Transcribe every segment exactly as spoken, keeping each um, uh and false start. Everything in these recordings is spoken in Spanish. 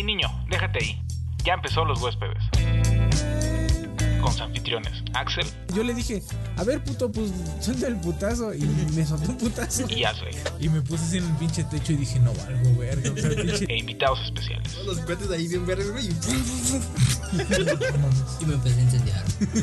niño, déjate ahí. Ya empezó Los Huéspedes. Con sus anfitriones, Axel. Yo le dije, a ver, puto, pues suelta el putazo. Y me soltó un putazo. Y Asley. Y me puse así en el pinche techo y dije, no valgo, verga. O sea, pinche... E invitados especiales. Todos los cuates ahí bien verdes, güey. Y me empecé a incendiar.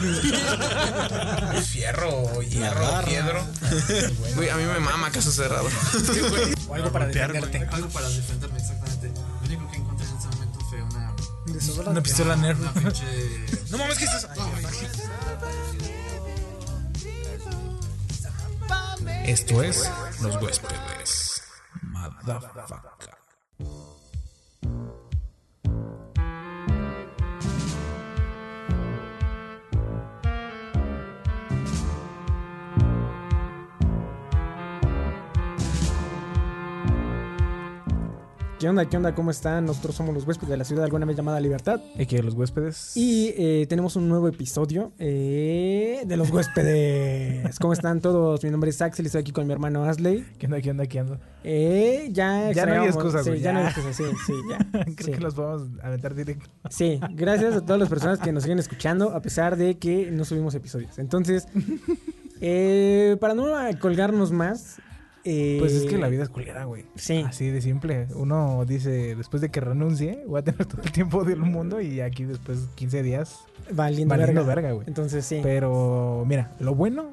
Fierro, hierro, piedro. Güey, a mí me mama caso cerrado. O algo para defenderte. Algo para defenderme, exactamente. Lo único que encontré en ese momento fue una... Una pistola Nerf. Una pinche... No mames, ¿qué es eso? Esto es Los Huéspedes. Motherfucker. ¿Qué onda? ¿Qué onda? ¿Cómo están? Nosotros somos los huéspedes de la ciudad alguna vez llamada Libertad. Aquí Los Huéspedes. Y eh, tenemos un nuevo episodio eh, de los huéspedes. ¿Cómo están todos? Mi nombre es Axel y estoy aquí con mi hermano Asley. ¿Qué onda? ¿Qué onda? ¿Qué onda? Eh, ya Ya no hay extrañamos- excusas, sí, güey, ya. ya. no hay excusas, sí, sí, ya. Creo Sí. que los podemos aventar directo. Sí, gracias a todas las personas que nos siguen escuchando a pesar de que no subimos episodios. Entonces, eh, para no colgarnos más... eh, Pues es que la vida es culera, güey. Sí. Así de simple. Uno dice, después de que renuncie, voy a tener todo el tiempo del mundo y aquí después quince días Valiendo, valiendo verga. verga, güey. Entonces, sí. Pero mira, lo bueno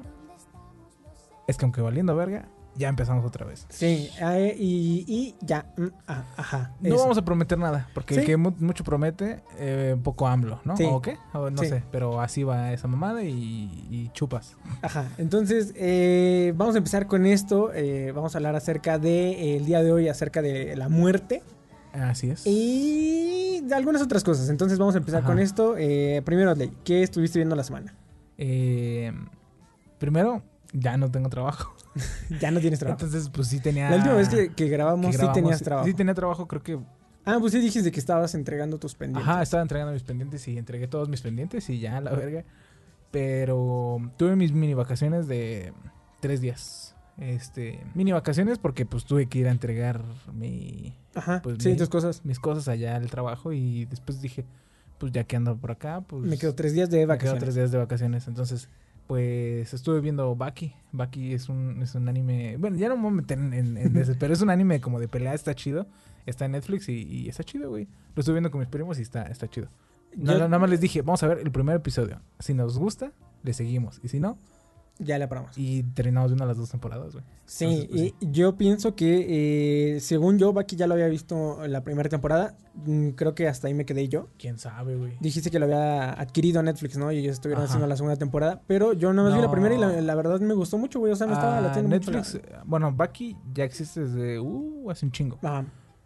es que aunque valiendo verga, ya empezamos otra vez. Sí, eh, y, y ya. mm, ah, ajá. No eso. vamos a prometer nada, porque el Sí. que mu- mucho promete, eh, poco AMLO, ¿no? Sí. ¿O qué? O no Sí. sé, pero así va esa mamada y, y chupas. Ajá, entonces eh, vamos a empezar con esto. eh, vamos a hablar acerca de eh, el día de hoy, acerca de la muerte Así es. y de algunas otras cosas. Entonces vamos a empezar Ajá. con esto. Eh, primero, Adley, ¿qué estuviste viendo la semana? Eh, primero, ya no tengo trabajo. Ya no tienes trabajo. Entonces, pues sí tenía... La última vez que, que grabamos, que sí grabamos, tenías sí- trabajo. Sí tenía trabajo, creo que... Ah, pues sí dijiste que estabas entregando tus pendientes. Ajá, estaba entregando mis pendientes y entregué todos mis pendientes y ya, la verga. Pero tuve mis mini vacaciones de tres días. Este, mini vacaciones porque pues tuve que ir a entregar mi, Ajá, pues, sí, mi- tus cosas. mis cosas allá al trabajo y después dije, pues ya que ando por acá, pues... Me quedo tres días de me quedo vacaciones. tres días de vacaciones. Entonces, pues estuve viendo Baki. Baki es un, es un anime... Bueno, ya no me voy a meter en, en, en ese, pero es un anime como de pelea, está chido. Está en Netflix y, y está chido, güey. Lo estuve viendo con mis primos y está, está chido. Yo- Nada, nada más les dije, vamos a ver el primer episodio. Si nos gusta, le seguimos. Y si no, Ya la paramos. y terminamos viendo las dos temporadas, güey. Sí, Entonces, pues, y yo pienso que, eh, según yo, Baki ya lo había visto en la primera temporada. Mm, Creo que hasta ahí me quedé yo. ¿Quién sabe, güey? Dijiste que lo había adquirido Netflix, ¿no? Y ellos estuvieron Ajá. haciendo la segunda temporada. Pero yo nada más vi la No. primera y la, la verdad me gustó mucho, güey. O sea, me estaba Ah, latiendo Netflix, mucho. bueno, Baki ya existe desde, uh, hace un chingo. la- Ajá.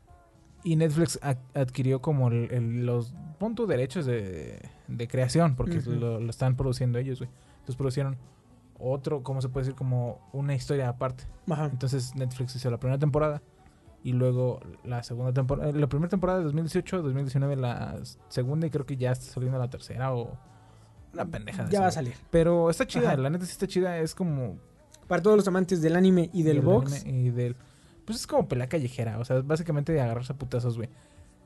Y Netflix ad- adquirió como el- el- los puntos derechos de, de creación, porque Ujú. lo, lo están produciendo ellos, güey. Entonces producieron otro, ¿cómo se puede decir? Como una historia aparte. Ajá. Entonces Netflix hizo la primera temporada y luego la segunda temporada. La primera temporada de dos mil dieciocho, dos mil diecinueve la segunda y creo que ya está saliendo la tercera o una pendeja. Ya va a salir. Pero está chida, Ajá. la neta sí está chida. Es como... Para todos los amantes del anime y del box. anime Y del... Pues es como pelea callejera, o sea, básicamente de agarrarse a putazos, güey.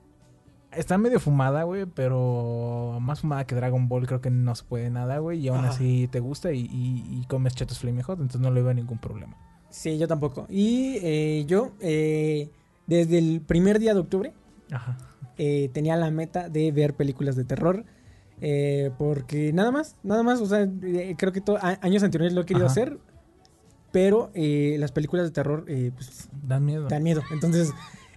Está medio fumada, güey, pero más fumada que Dragon Ball creo que no se puede nada, güey. Y aún Ajá. así te gusta y, y, y comes chetos Flaming Hot, entonces no le veo ningún problema. Sí, yo tampoco. Y eh, yo, eh, desde el primer día de octubre, Ajá. eh, tenía la meta de ver películas de terror. eh, porque nada más, nada más, o sea, eh, creo que to- a- años anteriores lo he querido Ajá. hacer. Pero eh, las películas de terror, eh, pues, Dan miedo. dan miedo. Entonces,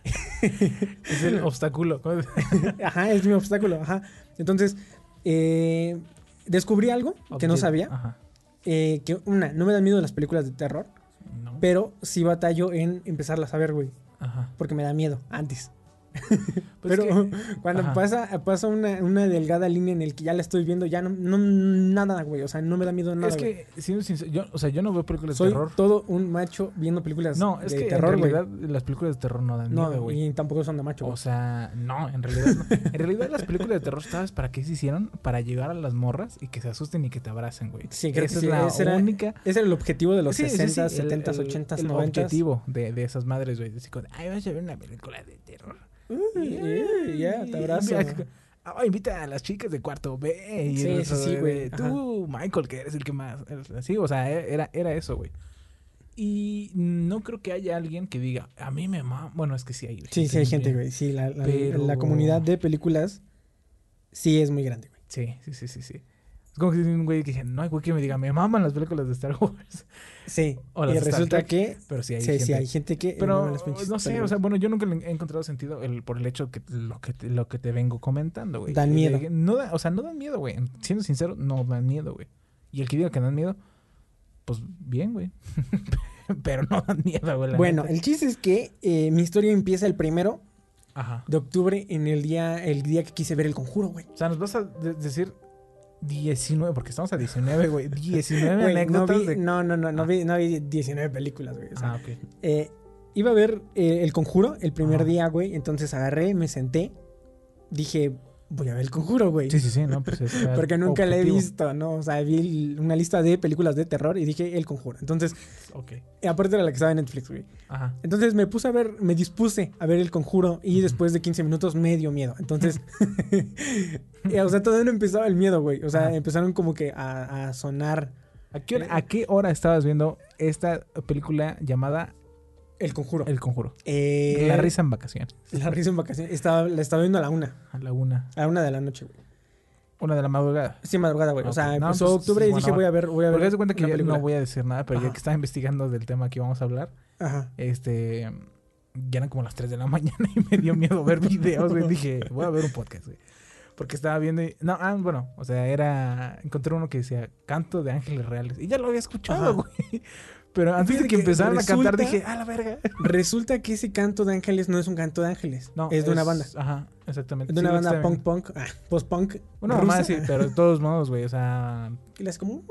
Es el obstáculo. ajá, es mi obstáculo, ajá. Entonces, eh, descubrí algo que no sabía. Ajá. eh, que una, no me dan miedo las películas de terror, No. pero sí batallo en empezarlas a ver, güey. Ajá. Porque me da miedo antes. Pues pero es que- cuando ajá. pasa, pasa una, una delgada línea en el que ya la estoy viendo, ya no, no nada, güey. O sea, no me da miedo nada. es güey. que, siendo sincero, yo, o sea, yo no veo películas Soy de terror. todo un macho viendo películas No, es de que terror, en güey. realidad las películas de terror no dan miedo, No, güey. y tampoco son de macho, O güey. sea, no, en realidad no. En realidad las películas de terror, ¿sabes para qué se hicieron? Para llevar a las morras y que se asusten y que te abracen, güey. Sí, creo Esa que es sí, la ese era- única... Ese era el objetivo de los Sí, sí, sí, sesentas, el- setentas, el- ochentas, el noventas. objetivo de, de esas madres, güey. Así como, ay, vamos a ver una película de terror. Uy, eh, ya, te abrazo. Ah, invita a las chicas de cuarto B. Y Sí, el sí, otro sí, de- güey. Tú, Michael, que eres el que más. Sí, o sea, era, era eso, güey. Y no creo que haya alguien que diga, a mí me mama. Bueno, es que sí hay gente. Sí, sí hay muy gente, bien. güey. Sí, la, la, Pero- la comunidad de películas sí es muy grande, güey. Sí, sí, sí, sí, sí. Es como que hay un güey que dice, no hay güey que me diga, me maman las películas de Star Wars. Sí, O las y de Star resulta Trek. que Pero sí hay sí, gente. sí hay gente que... eh, Pero mama las pinches no sé, películas. o sea, bueno, yo nunca le he encontrado sentido el, por el hecho que lo que te, lo que te vengo comentando, güey. Dan De miedo. que No da, o sea, no dan miedo, güey. Siendo sincero, no dan miedo, güey. Y el que diga que dan miedo, pues bien, güey. Pero no dan miedo, güey. la Bueno, neta. el chiste es que eh, mi historia empieza el primero Ajá. de octubre en el día, el día que quise ver El Conjuro, güey. O sea, nos vas a de- decir diecinueve, porque estamos a diecinueve, güey. diecinueve Güey, no, anécdotas vi, de... no, no, no, no, Ah. vi, no vi diecinueve películas, güey. O sea, Ah, ok. eh, iba a ver eh, El Conjuro el primer Ajá. día, güey. Entonces agarré, me senté, dije, voy a ver El Conjuro, güey. Sí, sí, sí, no, pues es Porque nunca la he objetivo. visto, ¿no? O sea, vi el- una lista de películas de terror y dije El Conjuro. Entonces, Ok. eh, aparte era la que estaba en Netflix, güey. Ajá. Entonces me puse a ver, me dispuse a ver El Conjuro y después de quince minutos me dio miedo. Entonces, eh, o sea, todavía no empezaba el miedo, güey. O sea, Ajá. empezaron como que a, a sonar ¿A qué, hora, ¿A qué hora estabas viendo esta película llamada El Conjuro. El Conjuro? Eh, La risa en vacaciones. La risa en vacaciones. Estaba, la estaba viendo a la una. A la una. A la una de la noche, güey. Una de la madrugada. Sí, madrugada, güey. O Ok. sea, No, empezó pues, octubre es y buena dije, hora. voy a ver, voy a ver. Porque haz de cuenta que una yo película. no voy a decir nada, pero ya Ajá. que estaba investigando del tema que íbamos a hablar, Ajá. este, ya eran como las tres de la mañana y me dio miedo ver videos, güey. Dije, voy a ver un podcast, güey. Porque estaba viendo y... No, ah, bueno, o sea, era... Encontré uno que decía Canto de Ángeles Reales. Y ya lo había escuchado, Ajá. güey. Pero antes Fíjate de que que empezaran a cantar, resulta- dije, ah, la verga. Resulta que ese canto de ángeles no es un canto de ángeles. No, es de una banda. Ajá, exactamente. Es de Sí, una lo banda que punk estaba punk. Ah, post-punk. viendo. Una rusa. mamá sí, pero de todos modos, güey, o sea... Que le hace como...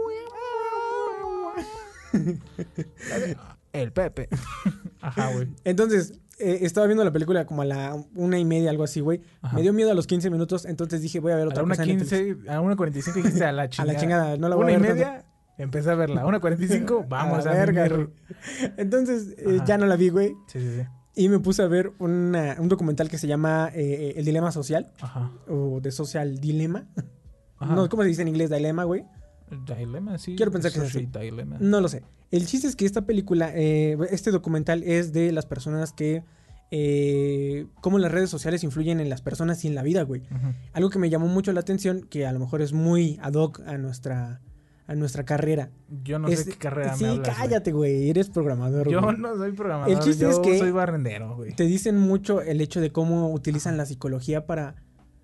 El Pepe. Ajá, güey. Entonces, eh, estaba viendo la película como a la una y media, algo así, güey. Ajá. Me dio miedo a los quince minutos, entonces dije, voy a ver A otra la una cosa en Netflix. quince, a la una cuarenta y cinco dijiste a la A chingada. la chingada, no la voy Una a y ver media, empecé a verla. Una cuarenta y cinco, vamos la a, verga, verga. güey. Entonces, eh, Ajá. ya no la vi, güey. Sí, sí, sí. Y me puse a ver una- un documental que se llama eh, El Dilema Social, Ajá. o The Social Dilemma. Ajá. No, ¿cómo se dice en inglés? Dilema, güey. Dilema, sí. Quiero pensar que es Social así. Dilemma. No lo sé. El chiste es que esta película, eh, este documental es de las personas que... Eh, cómo las redes sociales influyen en las personas y en la vida, güey. Ujú. Algo que me llamó mucho la atención, que a lo mejor es muy ad hoc a nuestra, a nuestra carrera. Yo no Es- sé qué carrera sí, me hablas, güey. cállate, güey. Eres programador, Yo güey. no soy programador. El chiste yo es que- soy barrendero, güey. Te dicen mucho el hecho de cómo utilizan la psicología para...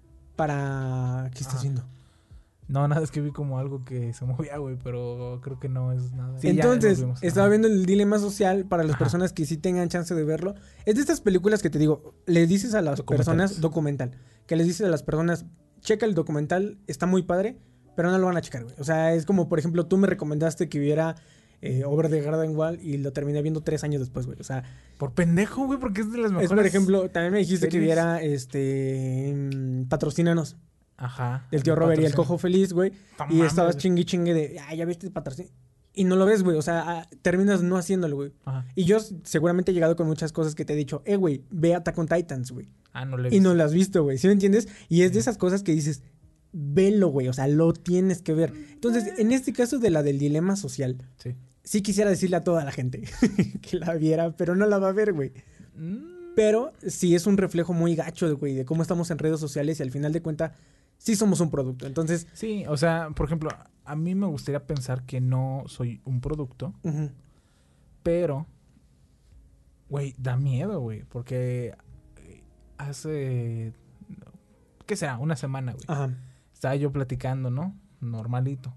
para... ¿Qué estás Ajá. haciendo? No, nada, es que vi como algo que se movía, güey, pero creo que no es nada. Sí, ya Entonces, nos vimos. estaba Ajá. viendo el dilema social para las Ajá. personas que sí tengan chance de verlo. Es de estas películas que te digo, le dices a las Documentales. personas, documental, que les dices a las personas, checa el documental, está muy padre, pero no lo van a checar, güey. O sea, es como, por ejemplo, tú me recomendaste que viera eh, Over the Garden Wall y lo terminé viendo tres años después, güey. O sea, Por pendejo, güey, porque es de las mejores. es, por ejemplo, también me dijiste que series. viera este mm, Patrocínanos, Ajá. del tío Robert y el patrocinio. cojo feliz, güey. No Y mames. estabas chingue chingue de, ah, ya viste patrocinio. Y no lo ves, güey. O sea, ah, terminas no haciéndolo, güey. Ajá. Y yo s- seguramente he llegado con muchas cosas que te he dicho, eh, güey, ve Attack on Titans, güey. Ah, no le Y no lo has visto, güey. ¿Sí me entiendes? Y es de esas cosas que dices, velo, güey. O sea, lo tienes que ver. Entonces, en este caso de la del dilema social, Sí. sí quisiera decirle a toda la gente que la viera, pero no la va a ver, güey. Mm, Pero sí es un reflejo muy gacho, güey, de cómo estamos en redes sociales y al final de cuentas, sí somos un producto. Entonces, Sí, o sea, por ejemplo, a mí me gustaría pensar que no soy un producto, ujú, pero, güey, da miedo, güey, porque eh, hace, ¿qué será? Una semana, güey. ajá. Estaba yo platicando, ¿no? Normalito.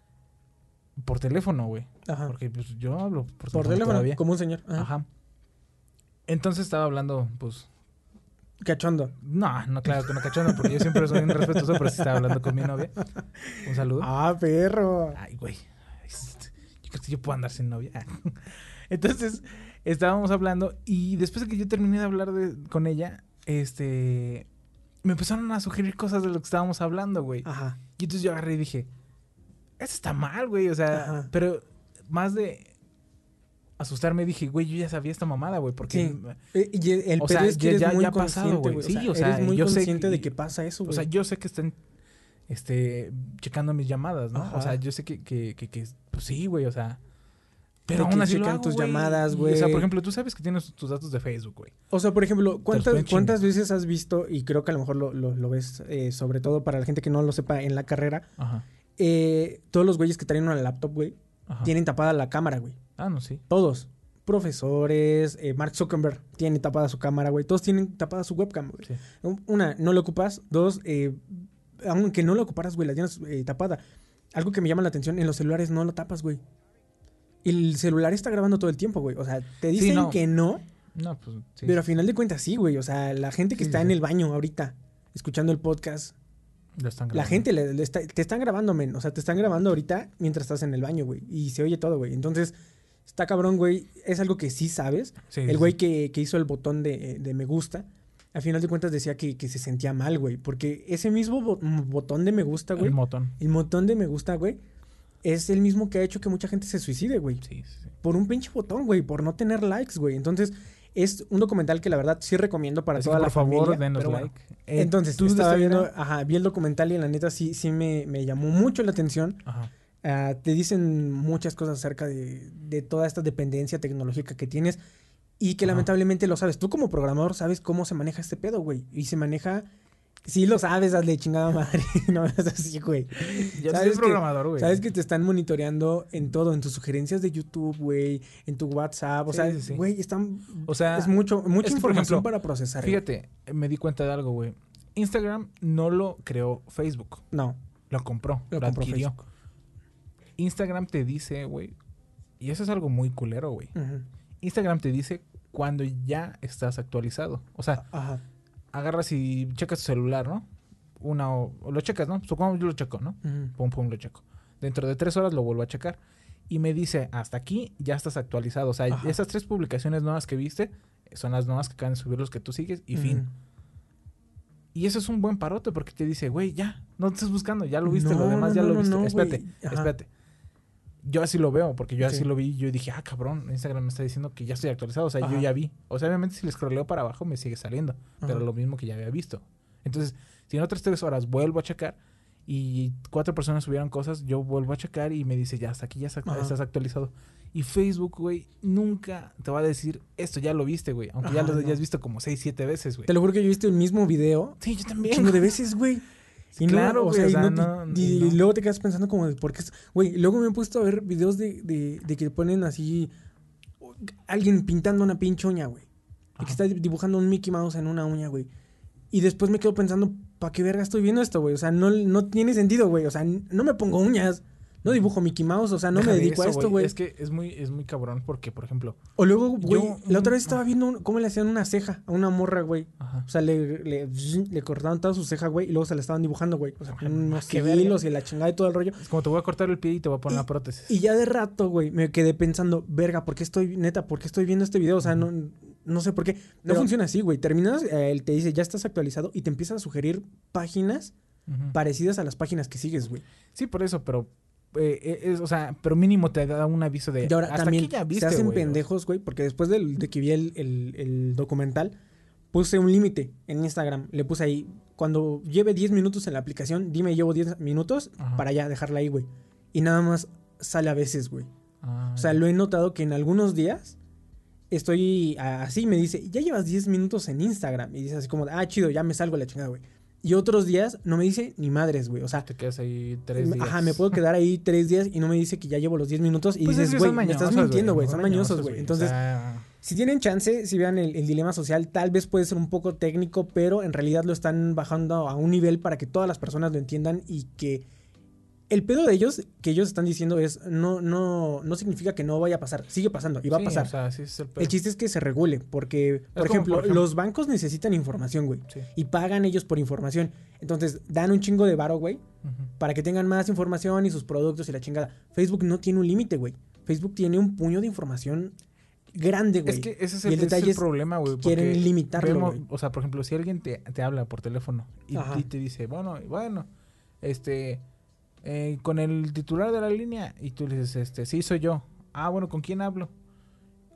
Por teléfono, güey. Ajá. Porque pues yo hablo por, Por teléfono teléfono, todavía. como un señor. Ajá. Ajá. Entonces estaba hablando, pues, Cachondo. no, no, claro que no cachondo, porque yo siempre soy un respetuoso, pero sí estaba hablando con mi novia. Un saludo. Ah, perro. Ay, güey. Yo creo que yo puedo andar sin novia. Entonces, estábamos hablando y después de que yo terminé de hablar de, con ella, este... me empezaron a sugerir cosas de lo que estábamos hablando, güey. Ajá. Y entonces yo agarré y dije, eso está mal, güey. O sea, Ajá. pero más de... asustarme, dije, güey, yo ya sabía esta mamada, güey, porque... Sí. Eh, y el O pedo sea, es que ya- eres ya- muy ya ha pasado, consciente, güey. güey. Sí, o o sea, sea, eres muy yo sé consciente que- de que pasa eso, O güey. sea, yo sé que están, este, checando mis llamadas, ¿no? Ajá. O sea, yo sé que, que, que, que pues sí, güey, o sea... De Pero que aún así lo checan hago, tus güey. llamadas, Y, güey. O sea, por ejemplo, tú sabes que tienes tus datos de Facebook, güey. O sea, por ejemplo, ¿cuántas, pueden ¿cuántas chingar. veces has visto, y creo que a lo mejor lo, lo, lo ves, eh, sobre todo para la gente que no lo sepa en la carrera, Ajá, eh, todos los güeyes que traen una laptop, güey, ajá. tienen tapada la cámara, güey. Ah, no, sí. Todos. Profesores, eh, Mark Zuckerberg tiene tapada su cámara, güey. Todos tienen tapada su webcam, güey. Sí. Una, no lo ocupas. Dos, eh, aunque no lo ocuparas, güey, la tienes eh, tapada. Algo que me llama la atención, en los celulares no lo tapas, güey. Y el celular está grabando todo el tiempo, güey. O sea, te dicen no. que no, No, pues sí. pero a final de cuentas sí, güey. O sea, la gente que Sí, está sí, en sí. el baño ahorita, escuchando el podcast, Lo están la grabando. gente le, le está- te están grabando, men. O sea, te están grabando ahorita mientras estás en el baño, güey. Y se oye todo, güey. Entonces, está cabrón, güey. Es algo que sí sabes. Sí, El sí, güey sí. que, que hizo el botón de, de me gusta, al final de cuentas decía que, que se sentía mal, güey. Porque ese mismo bo- botón de me gusta, güey. El motón. El botón de me gusta, güey. Es el mismo que ha hecho que mucha gente se suicide, güey. Sí, sí, sí. Por un pinche botón, güey. Por no tener likes, güey. Entonces, es un documental que la verdad sí recomiendo para Así toda que, la por favor, familia. denos pero bueno. like. Eh, Entonces, ¿tú de estaba esta viendo, vida? ajá, vi el documental y la neta sí, sí me, me llamó mucho la atención. Ajá. Ah, te dicen muchas cosas acerca de, de toda esta dependencia tecnológica que tienes y que Ajá. lamentablemente lo sabes. Tú como programador sabes cómo se maneja este pedo, güey. Y se maneja... Sí lo sabes, hazle chingada madre. No es así, güey. Yo no ¿Sabes soy que- programador, güey. Sabes que te están monitoreando en todo, en tus sugerencias de YouTube, güey, en tu WhatsApp. O Sí, sea, sí, sí. güey, están... O sea, es mucho, mucha es que, por información ejemplo, para procesar. güey. Fíjate, me di cuenta de algo, güey. Instagram no lo creó Facebook. No, Lo compró, lo lo, compró adquirió. Facebook. Instagram te dice, güey, y eso es algo muy culero, güey. Ujú. Instagram te dice cuando ya estás actualizado. O sea, Ajá. agarras y checas tu celular, ¿no? Una o, o lo checas, ¿no? Supongamos yo lo checo, ¿no? Ujú. Pum, pum, lo checo. Dentro de tres horas lo vuelvo a checar. Y me dice, hasta aquí ya estás actualizado. O sea, Ajá. esas tres publicaciones nuevas que viste son las nuevas que acaban de subir los que tú sigues y fin. Ujú. Y eso es un buen parote porque te dice, güey, ya, no te estás buscando, ya lo viste, No, lo demás no, ya no, lo no, viste. no, espérate, güey. Ajá. espérate. Yo así lo veo, porque yo así Sí. lo vi. Yo dije, ah, cabrón, Instagram me está diciendo que ya estoy actualizado. O sea, Ajá. yo ya vi. O sea, obviamente si le scrolleo para abajo me sigue saliendo. Pero Ajá. lo mismo que ya había visto. Entonces, si en otras tres horas vuelvo a checar y cuatro personas subieron cosas, yo vuelvo a checar y me dice, ya, hasta aquí ya sa- Ajá. estás actualizado. Y Facebook, güey, nunca te va a decir, esto ya lo viste, güey. Aunque ya Ajá, lo no. hayas visto como seis, siete veces, güey. Te lo juro que yo he visto el mismo video Sí, yo un también. chingo de güey. veces, güey. Sí, Y no, claro, o güey, sea, o y, sea, no- no- y- y no. luego te quedas pensando como de por qué es- güey, y luego me he puesto a ver videos de, de, de que ponen así alguien pintando una pinche uña, güey. Y que Ajá. está dibujando un Mickey Mouse en una uña, güey. Y después me quedo pensando, ¿para qué verga estoy viendo esto, güey? O sea, no, no tiene sentido, güey. O sea, n- no me pongo uñas, no dibujo Mickey Mouse, o sea, no Deja me de dedico a eso, esto, güey. Es que es muy, es muy cabrón porque, por ejemplo... O luego, güey, Yo, la otra un- vez estaba viendo un- cómo le hacían una ceja a una morra, güey. Ajá. O sea, le, le, le cortaban toda su ceja, güey, y luego se la estaban dibujando, güey. O sea, con Ajá, unos qué verga. hilos y la chingada y todo el rollo. Es como te voy a cortar el pie y te voy a poner Y- la prótesis. Y ya de rato, güey, me quedé pensando, verga, ¿por qué estoy, neta, por qué estoy viendo este video? O sea, no, no sé por qué. No Pero- funciona así, güey. Terminas, eh, él te dice, ya estás actualizado y te empieza a sugerir páginas Ujú. parecidas a las páginas que sigues, güey. Sí, por eso, pero... eh, es, o sea, pero mínimo te da un aviso de... Y ahora hasta también aquí ya se viste, hacen güey. pendejos, güey, porque después del- de que vi el, el- el documental, puse un límite en Instagram. Le puse ahí, cuando lleve diez minutos en la aplicación, dime, llevo diez minutos Ajá. para ya dejarla ahí, güey. Y nada más sale a veces, güey. Ah, O sea, ya. lo he notado que en algunos días estoy a- así, me dice, ya llevas diez minutos en Instagram. Y dice así como, ah, chido, ya me salgo a la chingada, güey. Y otros días no me dice ni madres, güey. O sea, Te quedas ahí tres me- días. ajá, me puedo quedar ahí tres días y no me dice que ya llevo los diez minutos. Y Pues es dices, que güey, son me estás mañosos, mintiendo, güey. Son mañosos, mañosos, güey. O Entonces, sea, si tienen chance, si vean el, el dilema social, tal vez puede ser un poco técnico, pero en realidad lo están bajando a un nivel para que todas las personas lo entiendan y que el pedo de ellos, que ellos están diciendo es, no, no, no significa que no vaya a pasar, sigue pasando y va sí, a pasar. O sea, sí es el pedo. El chiste es que se regule, porque, por, como, ejemplo, por ejemplo- los bancos necesitan información, güey, Sí. y pagan ellos por información. Entonces, dan un chingo de varo, güey, Ujú. para que tengan más información y sus productos y la chingada. Facebook no tiene un límite, güey. Facebook tiene un puño de información grande, güey. Es que ese es Y el, el ese es detalle el es problema, güey. quieren porque limitarlo, vemos- güey. O sea, por ejemplo, si alguien te, te habla por teléfono y, Ajá. y te dice, bueno, bueno, este, eh, con el titular de la línea, y tú le dices, este, sí, soy yo. Ah, bueno, ¿con quién hablo?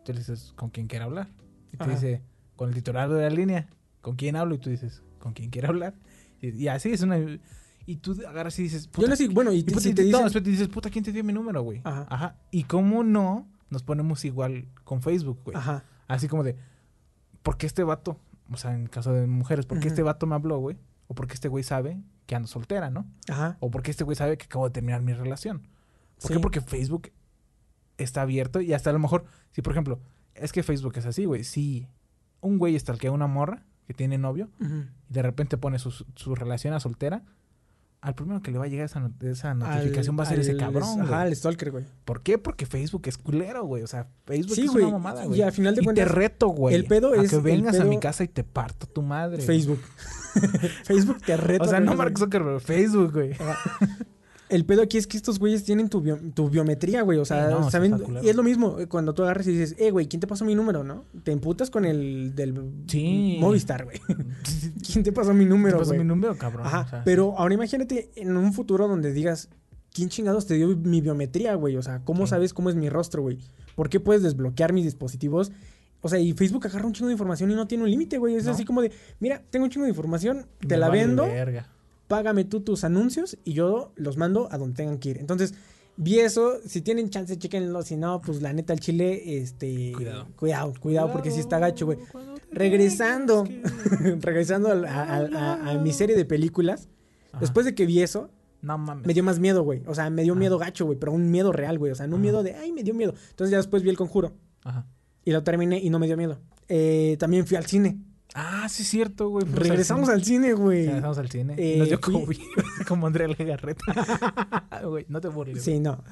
Tú le dices, ¿con quién quiere hablar? Y te Ajá. dice, con el titular de la línea, ¿con quién hablo? Y tú dices, ¿con quién quiere hablar? Y, y así es una... Y tú agarras y dices, Yo le digo, bueno, y, y puta, si y te no, dicen... después te dices, puta, ¿quién te dio mi número, güey? Ajá. Ajá. Y cómo no nos ponemos igual con Facebook, güey. Ajá. Así como de, ¿por qué este vato? O sea, en caso de mujeres, ¿por qué Ujú. este vato me habló, güey? O ¿por qué este güey sabe que ando soltera, no? Ajá. O ¿por qué este güey sabe que acabo de terminar mi relación? ¿Por Sí. qué? Porque Facebook está abierto y hasta a lo mejor, si por ejemplo, es que Facebook es así, güey. Si un güey stalkea a una morra que tiene novio Ujú. y de repente pone su, su relación a soltera, al primero que le va a llegar esa, not- esa notificación Al- va a ser ese al- cabrón, Ajá, güey. el stalker, güey. ¿por qué? Porque Facebook es culero, güey. O sea, Facebook Sí, es güey. una mamada, Y güey. al final de Y cuentas, te reto, güey. el pedo a es- que el vengas a pedo- mi casa y te parto tu madre. güey. Facebook. Facebook te reta. O sea, güey. no Mark Zuckerberg, Facebook, güey. Ajá. El pedo aquí es que estos güeyes tienen tu, bio- tu biometría, güey. O sea, Sí, no, sí saben. está culero. Y es lo mismo eh, cuando tú agarras y dices, eh, güey, ¿quién te pasó mi número, no? Te emputas con el del Sí. Movistar, güey. ¿Quién te pasó mi número, Te pasó güey? mi número, cabrón. Ajá. O sea, Pero ahora imagínate en un futuro donde digas, ¿quién chingados te dio mi biometría, güey? O sea, ¿cómo Sí. sabes cómo es mi rostro, güey? ¿Por qué puedes desbloquear mis dispositivos? O sea, y Facebook agarra un chingo de información y no tiene un límite, güey. Es No. así como de, mira, tengo un chingo de información, te me la vale vendo, verga. págame tú tus anuncios y yo los mando a donde tengan que ir. Entonces, vi eso, si tienen chance, chéquenlo, si no, pues la neta, el chile, este... Cuidado. Cuidado, cuidado, porque si está gacho, güey. Cuando te Regresando, tengas que- regresando al- a, a- a- a mi serie de películas, Ajá. después de que vi eso, No mames. me dio más miedo, güey. O sea, me dio Ajá. miedo gacho, güey, pero un miedo real, güey. O sea, no un Ajá. miedo de, ay, me dio miedo. Entonces ya después vi El Conjuro Ajá. y lo terminé y no me dio miedo. Eh, también fui al cine. Ah, sí es cierto, güey. fuimos Regresamos al al cine, güey. cine. Regresamos al cine. Eh, Nos dio fui- COVID. Como Andrea Legarreta. Güey, no te burles. Sí, no.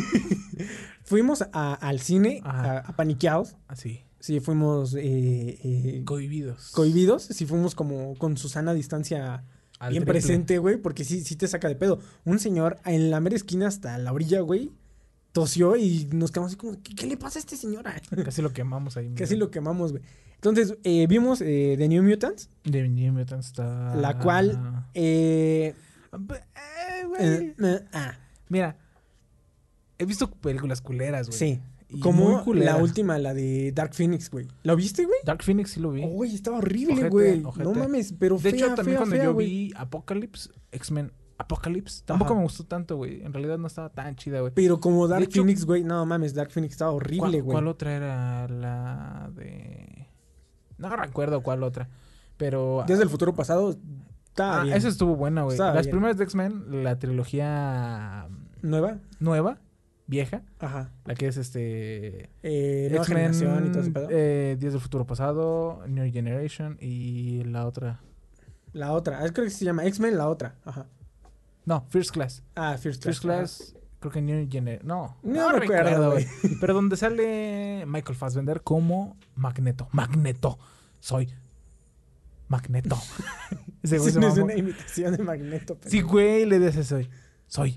Fuimos a- al cine Ajá. a, a paniqueados. Así. Sí, fuimos eh, eh, Cohibidos. cohibidos. Sí, fuimos como con Susana a distancia Al bien triple. presente, güey, porque sí, sí te saca de pedo. Un señor en la mera esquina hasta la orilla, güey, tosió y nos quedamos así como, ¿qué, qué le pasa a este señor? Casi lo quemamos ahí. Casi mira. lo quemamos, güey. Entonces, eh, vimos eh, The New Mutants, De New Mutants está... la cual... Eh, Eh, güey. eh, eh, ah, Mira. He visto películas culeras, güey. sí. Y Como muy la culeras. última, la de Dark Phoenix, güey. ¿Lo viste, güey? Dark Phoenix sí lo vi. Uy, estaba horrible, Ojete, güey. ojete. No mames, pero De fea, hecho, también fea, cuando fea, yo güey. vi Apocalypse, X-Men Apocalypse, tampoco Ajá. me gustó tanto, güey. En realidad no estaba tan chida, güey. Pero como Dark De hecho- Phoenix, güey, no mames, Dark Phoenix estaba horrible, ¿Cuál, güey. cuál otra era la de...? No recuerdo cuál otra. Pero... Desde el futuro pasado, estaba Ah, bien. esa estuvo buena, güey. Estaba Las bien. primeras de X-Men, la trilogía ¿Nueva? nueva, vieja, Ajá. la que es este... Eh, nueva generación y todo ese pedo. eh, Días del futuro pasado, New Generation y la otra... La otra, es creo que se llama X-Men, la otra. Ajá. No, First Class. Ah, First Class. First Class, creo que New Generation. No, No me acuerdo, güey. Pero donde sale Michael Fassbender como Magneto. Magneto. Soy Magneto. Ese güey Eso se no es mamó. una imitación de Magneto. pero- Sí, güey, le dices soy. Soy.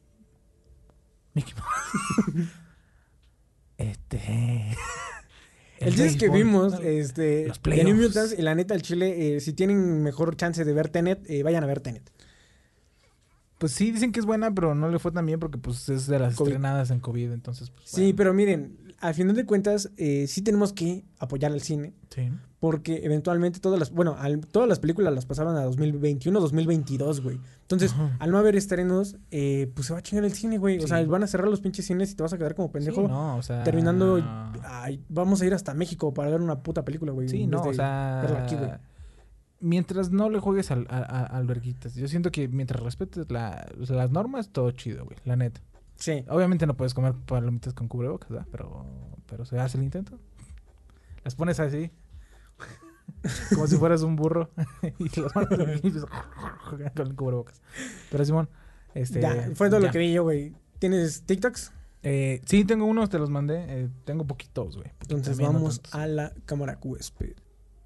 Mickey Mouse. Este. El chiste es que béisbol. vimos este, Los The New playoffs. Mutants y la neta, el chile, eh, si tienen mejor chance de ver Tenet, eh, vayan a ver Tenet. Pues sí, dicen que es buena, pero no le fue tan bien porque pues es de las COVID. estrenadas en COVID, entonces pues, Sí, bueno. pero miren, al final de cuentas, eh, sí tenemos que apoyar al cine. Sí. Porque eventualmente todas las, bueno, al- todas las películas las pasaron a dos mil veintiuno, dos mil veintidós, güey. Entonces, Ajá. al no haber estrenos, eh, pues se va a chingar el cine, güey. O Sí. sea, van a cerrar los pinches cines y te vas a quedar como pendejo. Sí, no, o sea, Terminando, ay, vamos a ir hasta México para ver una puta película, güey. Sí, en no, vez de o sea, verla aquí, güey. mientras no le juegues al, a, a- al verguitas. Yo siento que mientras respetes la- las normas, todo chido, güey, la neta. Sí. Obviamente no puedes comer palomitas con cubrebocas, ¿verdad? Pero, pero se hace el intento. Las pones así, como si fueras un burro, y las pones aquí, con el cubrebocas. Pero Simón, este... ya, fue todo ya. lo que vi yo, güey. ¿Tienes TikToks? Eh, sí, tengo unos, te los mandé. eh, tengo poquitos, güey. Entonces También no vamos tantos. a la cámara huésped.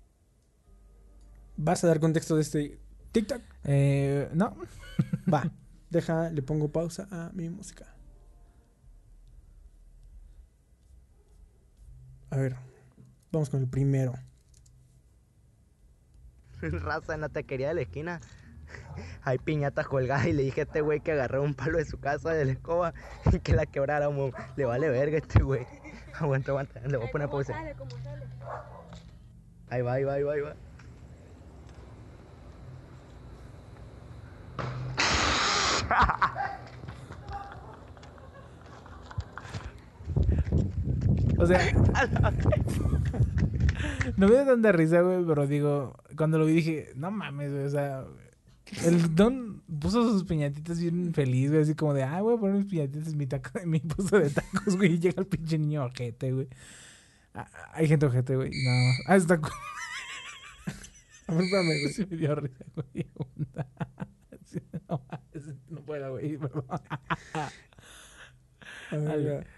¿Vas a dar contexto de este TikTok? Eh, no. Va. Deja, le pongo pausa a mi música. A ver, vamos con el primero. Raza en la taquería de la esquina. Hay piñatas colgadas y le dije a este güey que agarró un palo de su casa de la escoba y que la quebráramos. Le vale verga a este güey. Aguanta, aguanta. Le voy a poner pausa. Sale, ¿cómo sale? Ahí va, ahí va, ahí va, ahí va. O sea, no me da tanta risa, güey, pero digo, cuando lo vi dije, no mames, güey, o sea, el Don puso sus piñatitas bien feliz, güey, así como de, ah, voy a poner mis piñatitas en mi, taco, en mi puesto de tacos, güey, y llega el pinche niño ojete, güey. Ah, hay gente ojete, güey, no, ah, está... A ver, espérame, güey. Sí me dio risa, güey. Sí, no, no puedo, güey, perdón. A ver, Dale. ya.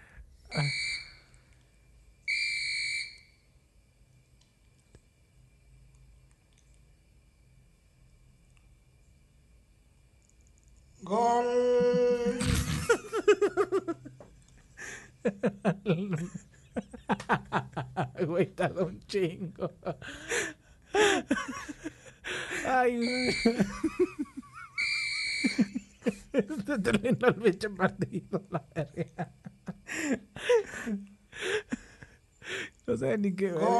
Güey, tardó un chingo. Ay, güey. Se terminó el bicho partido, la verga. No sé ni qué ver.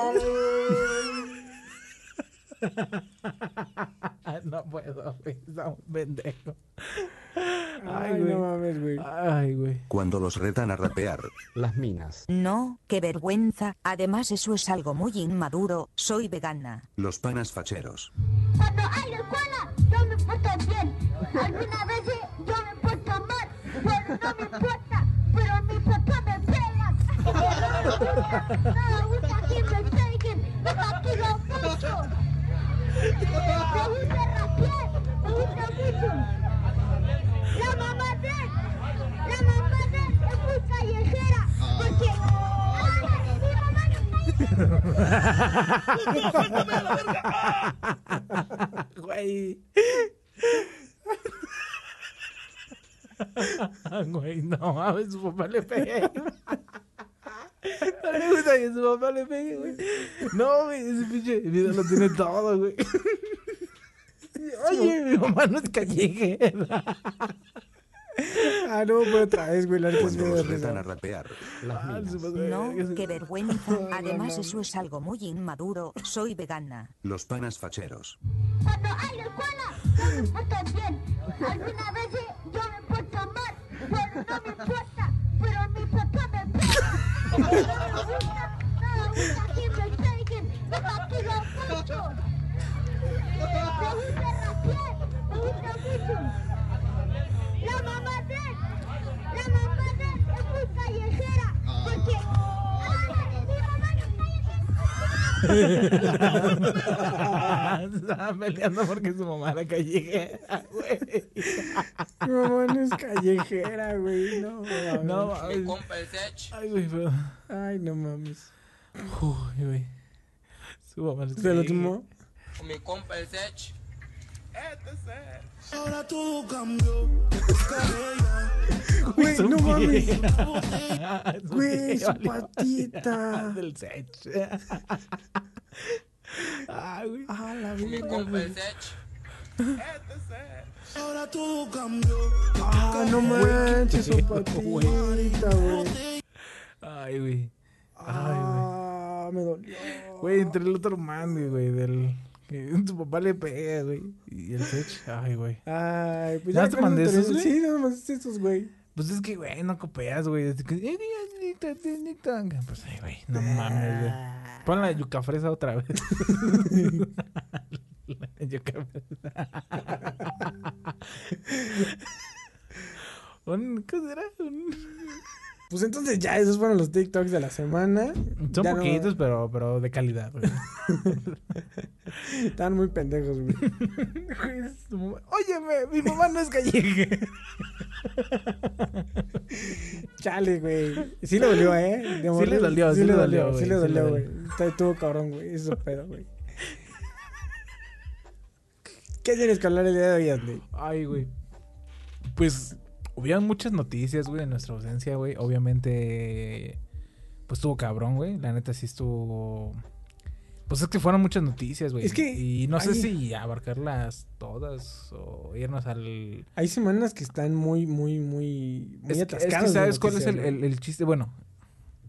No puedo, güey. Estamos pendejos. Ay, Ay, güey. no mames, güey. Ay, güey. Cuando los retan a rapear. Las minas. No, qué vergüenza. Además eso es algo muy inmaduro. Soy vegana. Los panas facheros. Cuando hay escuela, yo me porto bien. Algunas veces yo me porto mal, pero no me importa. Pero mi papá me pega. No me gusta que me peguen, me castigo mucho. Me gusta rapear, me gusta mucho. La mamá de, la mamá de es muy callejera, porque ay, mi mamá no Güey. Güey, no mames, su papá le pegue. No le gusta que su papá le pegue, güey. No, güey, ese pinche video lo tiene todo, güey. Oye, mi mamá no es callejera. Ah, no, pero otra vez, güey. La neta es Cuando muy de los retan a risa. rapear. Las Ah, minas. su papá de No, verga. qué vergüenza. Además eso es algo muy inmaduro. Soy vegana. Los panas facheros. Cuando hay escuela, yo me porto bien. Algunas veces yo me porto mal, pero no me importa. Pero mi papá me pega. No me gusta, no me gusta que me peguen, me castigo mucho. Me gusta rapear, me gusta mucho. La mamá de, la mamá de es muy callejera, porque ay, mi mamá no es callejera. Estaban peleando porque su mamá era callejera, güey. Mi mamá no es callejera, güey. No, mames. No mames. Ay, güey, pero... Ay, no mames. Uy, güey. Su mamá le ¿Se lo tomó? Mi compa el Sech. Ahora todo cambió. Güey, no mames. Su Güey, pie su valió patita. del Sech. Ay, güey. Ah, la Mi vida, compa güey. el Sech. Ahora todo cambió. Ah, no manches, su Güey. patita, güey. Ay, güey. Ay, Ah, me dolió. güey. Entre el otro mami, güey, del... que su papá le pega, güey. Y el Sech, ay, güey. Ay, pues ¿Ya ya te con mandé eso esos, güey? Sí, no me mandaste esos, güey. Pues es que, güey, no copias, güey. Es que... Pues, ay, güey, no mames, güey. Pon la yuca fresa otra vez. La yuca fresa. Un, ¿qué será? Un... Pues entonces ya, esos fueron los TikToks de la semana. Son Ya no- poquitos, pero, pero de calidad, güey. Estaban muy pendejos, güey. Güey, su mamá- Óyeme, mi mamá no es callejera. Chale, güey. Sí le dolió, ¿eh? De Sí morro, le dolió, sí, sí le le dolió, dolió, sí le güey, sí le dolió, güey. dolió. Está- Estuvo cabrón, güey. Eso pedo, güey. ¿Qué tienes que hablar el día de hoy, Andy? Ay, güey. Pues hubieron muchas noticias, güey, en nuestra ausencia, güey. Obviamente, pues estuvo cabrón, güey. La neta sí estuvo... Pues es que fueron muchas noticias, güey. Es que Y no sé hay- si abarcarlas todas o irnos al... Hay semanas que están muy, muy, muy, muy Es que, es que atascadas. de ¿sabes cuál es el, noticias, el- el chiste? Bueno,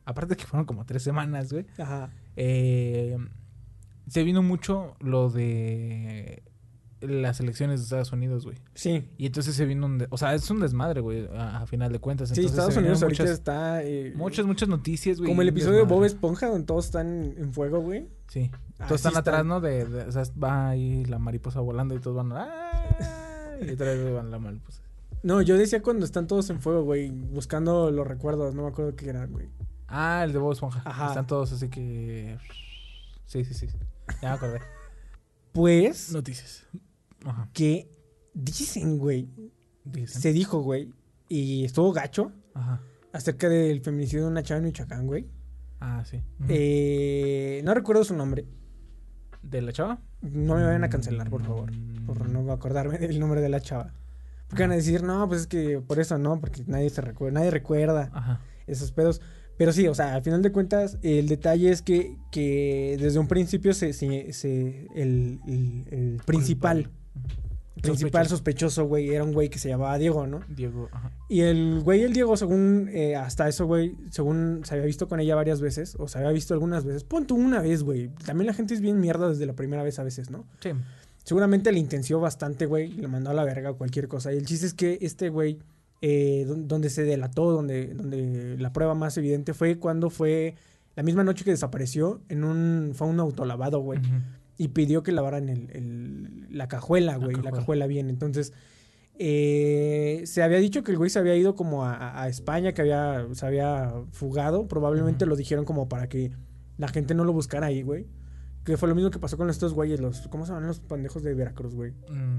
aparte que fueron como tres semanas, güey, Ajá. eh, se vino mucho lo de las elecciones de Estados Unidos, güey. Sí. Y entonces se vino un... De, o sea, es un desmadre, güey, a, a final de cuentas. Sí, Entonces Estados se Unidos vinieron ahorita muchas, está... Eh, muchas, muchas noticias, güey. como el y un episodio de desmadre. Bob Esponja donde todos están en fuego, güey. Sí. Así Todos están está. atrás, ¿no? De, de- o sea, va ahí la mariposa volando y todos van... ¡ah! Y otra vez van la mariposa. No, yo decía cuando están todos en fuego, güey, buscando los recuerdos, no me acuerdo qué era, güey. Ah, el de Bob Esponja. Ajá. Están todos así que... Sí, sí, sí. Ya me acordé. Pues, Noticias. Ajá. que dicen, güey, Dicen. se dijo, güey, y estuvo gacho, Ajá. acerca del feminicidio de una chava en Michoacán, güey. Ah, sí. Ujú. Eh, no recuerdo su nombre. ¿De la chava? No me vayan a cancelar, por favor. Por no acordarme del nombre de la chava. Porque van a decir, no, pues es que por eso no, porque nadie se recuerda, nadie recuerda Ajá. esos pedos. Pero sí, o sea, al final de cuentas, el detalle es que, que desde un principio se, se, se- el, el- el principal, principal sospechoso, güey, era un güey que se llamaba Diego, ¿no? Diego, ajá. Y el güey, el Diego, según, eh, hasta eso, güey, según se había visto con ella varias veces, o se había visto algunas veces, pon tú una vez, güey. También la gente es bien mierda desde la primera vez a veces, ¿no? Sí. Seguramente le intenció bastante, güey, y le mandó a la verga o cualquier cosa. Y el chiste es que este güey, eh, don- donde se delató, donde, donde la prueba más evidente fue cuando fue la misma noche que desapareció, en un, fue un autolavado, güey. Ujú. Y pidió que lavaran el, el- la cajuela, güey, la cajuela. cajuela bien. Entonces, eh, se había dicho que el güey se había ido como a, a- a España, que había, se había fugado. Probablemente Ujú. lo dijeron como para que la gente no lo buscara ahí, güey. Que fue lo mismo que pasó con estos güeyes, los, ¿cómo se llaman los pendejos de Veracruz, güey?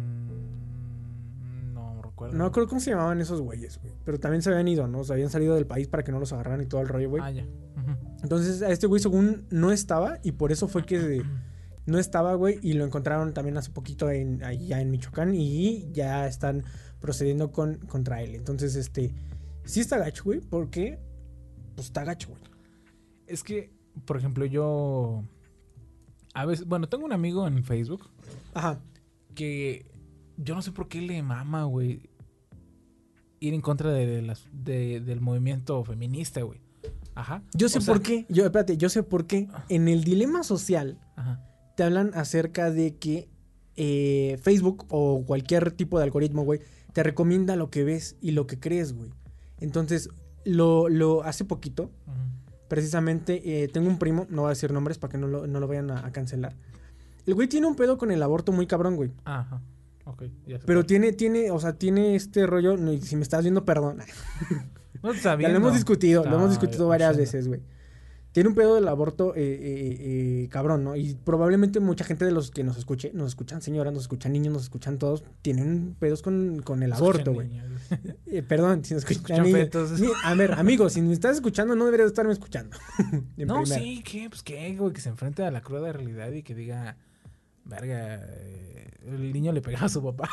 Mm, no recuerdo. No creo cómo se llamaban esos güeyes, güey. Pero también se habían ido, ¿no? O sea, habían salido del país para que no los agarraran y todo el rollo, güey. Ah, ya. Ujú. Entonces, a este güey según no estaba y por eso fue que no estaba, güey, y lo encontraron también hace poquito en, allá en Michoacán y ya están procediendo con, contra él. Entonces, este, sí está gacho, güey, porque, pues está gacho, güey. Es que, por ejemplo, yo... A veces... Bueno, tengo un amigo en Facebook Ajá. que... Yo no sé por qué le mama, güey, ir en contra de las, de- del movimiento feminista, güey. Ajá. Yo sé O sea, por qué, yo, espérate, yo sé por qué. En el dilema social Ajá. te hablan acerca de que eh, Facebook o cualquier tipo de algoritmo, güey, te recomienda lo que ves y lo que crees, güey. Entonces, lo, lo hace poquito, Ujú. precisamente, eh, tengo un primo, no voy a decir nombres para que no lo, no lo vayan a, a cancelar. El güey tiene un pedo con el aborto muy cabrón, güey. Ajá. Ok, ya sé. Pero cuál. tiene, tiene, o sea, tiene este rollo, no, y si me estás viendo, perdón. No está Ya bien, lo hemos ¿no? discutido, Está lo hemos discutido varias ochenta. veces, güey. Tiene un pedo del aborto eh, eh, eh, cabrón, ¿no? Y probablemente mucha gente de los que nos escuche, nos escuchan señoras, nos escuchan niños, nos escuchan todos, tienen pedos con, con el aborto, güey. Eh, perdón, si nos escuchan Escuchan niños. fetos. Ni- A ver, amigos, si me estás escuchando, no deberías estarme escuchando. En No, primera. sí, ¿qué? Pues qué, güey, que se enfrente a la cruda realidad y que diga, verga, eh, el niño le pegaba a su papá.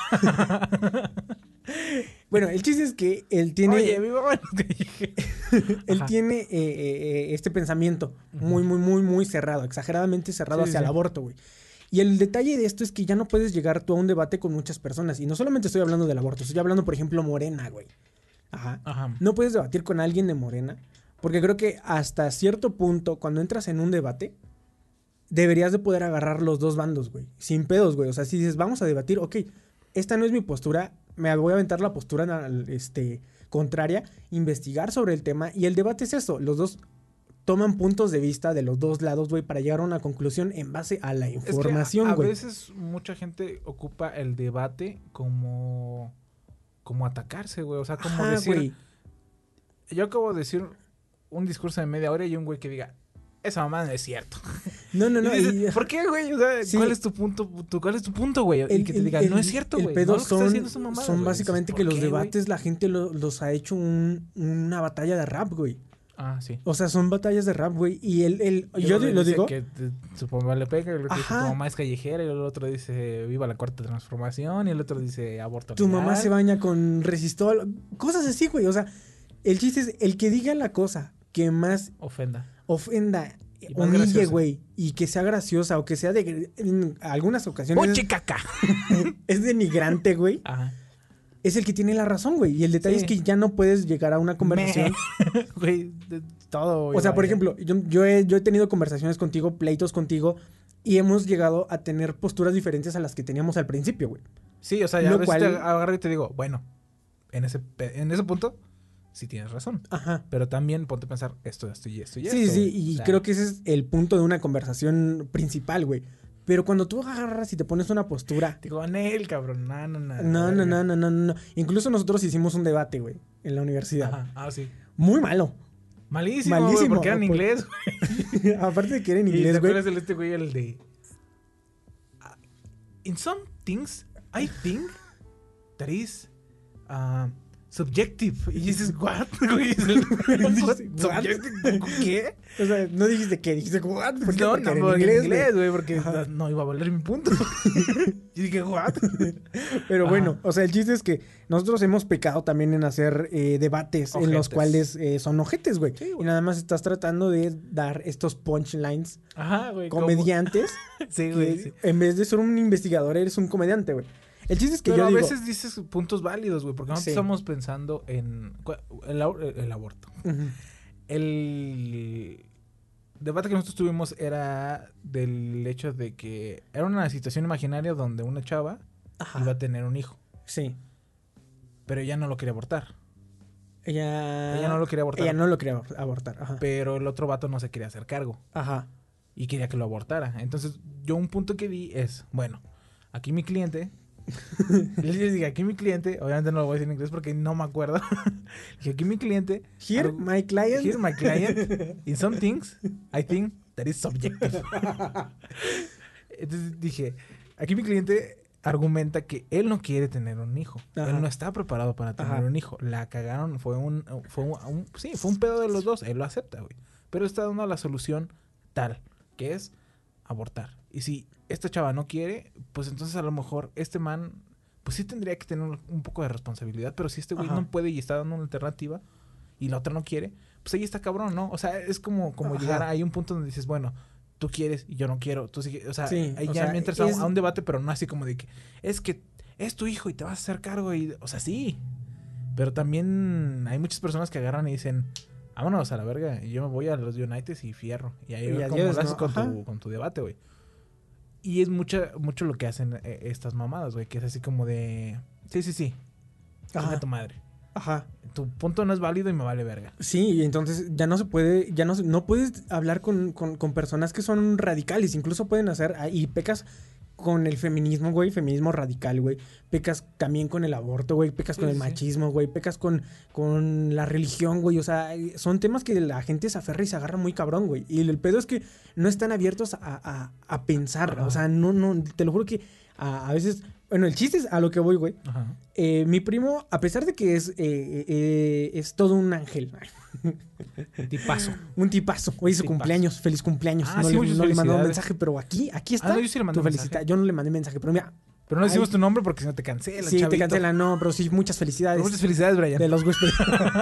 Bueno, el chiste es que él tiene, Oye, mi mamá no te dije. él Ajá. tiene eh, eh, eh, este pensamiento Ujú. muy, muy, muy, muy cerrado, exageradamente cerrado Sí, hacia sí. el aborto, güey. Y el detalle de esto es que ya no puedes llegar tú a un debate con muchas personas. Y no solamente estoy hablando del aborto, estoy hablando, por ejemplo, Morena, güey. Ajá. Ajá. No puedes debatir con alguien de Morena, porque creo que hasta cierto punto, cuando entras en un debate, deberías de poder agarrar los dos bandos, güey. Sin pedos, güey. O sea, si dices, vamos a debatir, ok, esta no es mi postura, me voy a aventar la postura na- este, contraria, investigar sobre el tema, y el debate es eso, los dos toman puntos de vista de los dos lados, güey, para llegar a una conclusión en base a la Es que información, a, a güey. veces mucha gente ocupa el debate como como atacarse, güey. O sea, como Ajá, decir... güey. Yo acabo de decir un discurso de media hora y un güey que diga, esa mamá no es cierto. No, no, no. Y dices, y- ¿por qué, güey? O sea, Sí. ¿cuál es tu punto? Tu, ¿Cuál es tu punto, güey? Y el- que te el- diga, el- no es cierto, el güey. pedo No, lo que está son, haciendo es una mamada, son güey. básicamente Dices, que ¿por los qué, güey? debates la gente lo- los ha hecho un- una batalla de rap, güey. Ah, sí. O sea, son batallas de rap, güey. Y el, el Y yo uno lo dice digo. que te- su mamá le pega, y el otro dice, Ajá. tu mamá es callejera, y el otro dice, viva la cuarta transformación, y el otro dice, aborto Tu mamá legal. se baña con resistol. Cosas así, güey. O sea, el chiste es el que diga la cosa que más Ofenda. ofenda, Y más humille, graciosa. güey. Y que sea graciosa o que sea de. En algunas ocasiones. ¡Poche caca! Es, es denigrante, güey. Ajá. es el que tiene la razón, güey. Y el detalle Sí. es que ya no puedes llegar a una conversación. Güey, de todo. O sea, por ejemplo, yo, yo, he, yo he tenido conversaciones contigo, pleitos contigo, y hemos llegado a tener posturas diferentes a las que teníamos al principio, güey. Sí, o sea, ya Lo a veces cual- te agarro y te digo, bueno, en ese, pe- en ese punto sí tienes razón. Ajá. Pero también ponte a pensar esto, esto y esto y Sí, esto. sí, güey. y O sea, creo que ese es el punto de una conversación principal, güey. Pero cuando tú agarras y te pones una postura... Digo, Anel, cabrón, no, no, no. No, no, no, no, no, no. Incluso nosotros hicimos un debate, güey, en la universidad. Ajá, ah, sí. Muy malo. Malísimo, Malísimo, güey, porque era en por- inglés, güey. Aparte de que era en ¿Y inglés, te güey. acuerdas de este güey, el de... ah, In some things, I think that is uh, subjective. Y dices, what? Güey, es el- What? subjective, ¿qué? O sea, no dijiste qué, dijiste what. ¿Por qué? No, Porque no, era porque en güey. inglés, güey, porque Ajá. no iba a valer mi punto. Y dije, what? Pero Ajá. bueno, o sea, el chiste es que nosotros hemos pecado también en hacer eh, debates en los Ojetes. cuales eh, son ojetes, güey. Sí, güey. Y nada más estás tratando de dar estos punchlines Ajá, güey. ¿cómo? comediantes. Sí, que güey, sí. En vez de ser un investigador, eres un comediante, güey. El chiste es que Pero yo a digo... veces dices puntos válidos, güey, porque nosotros Sí. estamos pensando en cu- el, au- el aborto. Ujú. El debate que nosotros tuvimos era del hecho de que era una situación imaginaria donde una chava Ajá. iba a tener un hijo, Sí. pero ella no lo quería abortar. Ella... Ella no lo quería abortar. Ella no lo quería abor- abortar. Ajá. Pero el otro vato no se quería hacer cargo Ajá. y quería que lo abortara. Entonces, yo un punto que vi es, bueno, aquí mi cliente... Les digo, aquí mi cliente, obviamente no lo voy a decir en inglés porque no me acuerdo. Dije, aquí mi cliente... Here, argu- my client... Here my client, in some things, I think that is subjective. Entonces dije, aquí mi cliente argumenta que él no quiere tener un hijo. Ajá. Él no está preparado para tener Ajá. un hijo. La cagaron, fue un, fue un, un- sí, fue un pedo de los dos. Él lo acepta, güey. Pero está dando la solución tal, que es abortar. Y si esta chava no quiere, pues entonces a lo mejor este man, pues sí tendría que tener un, un poco de responsabilidad. Pero si este güey Ajá. no puede y está dando una alternativa y la otra no quiere, pues ahí está cabrón, ¿no? O sea, es como, como Ajá. llegar a hay un punto donde dices, bueno, tú quieres y yo no quiero. Tú sí, o sea, Sí, ahí o ya sea, me entras a, es- a un debate, pero no así como de que es que es tu hijo y te vas a hacer cargo. Y, o sea, sí. Pero también hay muchas personas que agarran y dicen, vámonos a la verga. Y yo me voy a los United y fierro. Y ahí Y como adiós, lo haces ¿no? con, Ajá. tu, con tu debate, güey. Y es mucha, mucho lo que hacen eh, estas mamadas, güey. Que es así como de, sí, sí, sí. Ajá. Chinga tu madre. Ajá. Tu punto no es válido y me vale verga. Sí, y entonces ya no se puede, ya no, se- no puedes hablar con, con, con personas que son radicales, incluso pueden hacer, ah, y pecas con el feminismo, güey, feminismo radical, güey, pecas también con el aborto, güey, pecas Sí, con el sí. machismo, güey, pecas con, con la religión, güey, o sea, son temas que la gente se aferra y se agarra muy cabrón, güey, y el pedo es que no están abiertos a, a, a pensar, Ajá. o sea, no, no, te lo juro que a, a veces, bueno, el chiste es a lo que voy, güey. Ajá. Eh, mi primo, a pesar de que es, eh, eh, eh, es todo un ángel, Tipazo. un tipazo. Hoy es su Tipazo. cumpleaños, feliz cumpleaños. Ah, no sí, le, muchas no le mandó un felicidades. mensaje, pero aquí, aquí está. Ah, no, yo sí le mandé tu un felicita- mensaje. Yo no le mandé mensaje, pero mira. Pero no decimos Ay. tu nombre porque si no te cancela, Sí, te chavito. cancela, no, pero sí, muchas felicidades. Pero muchas felicidades, Brian. De los huéspedes.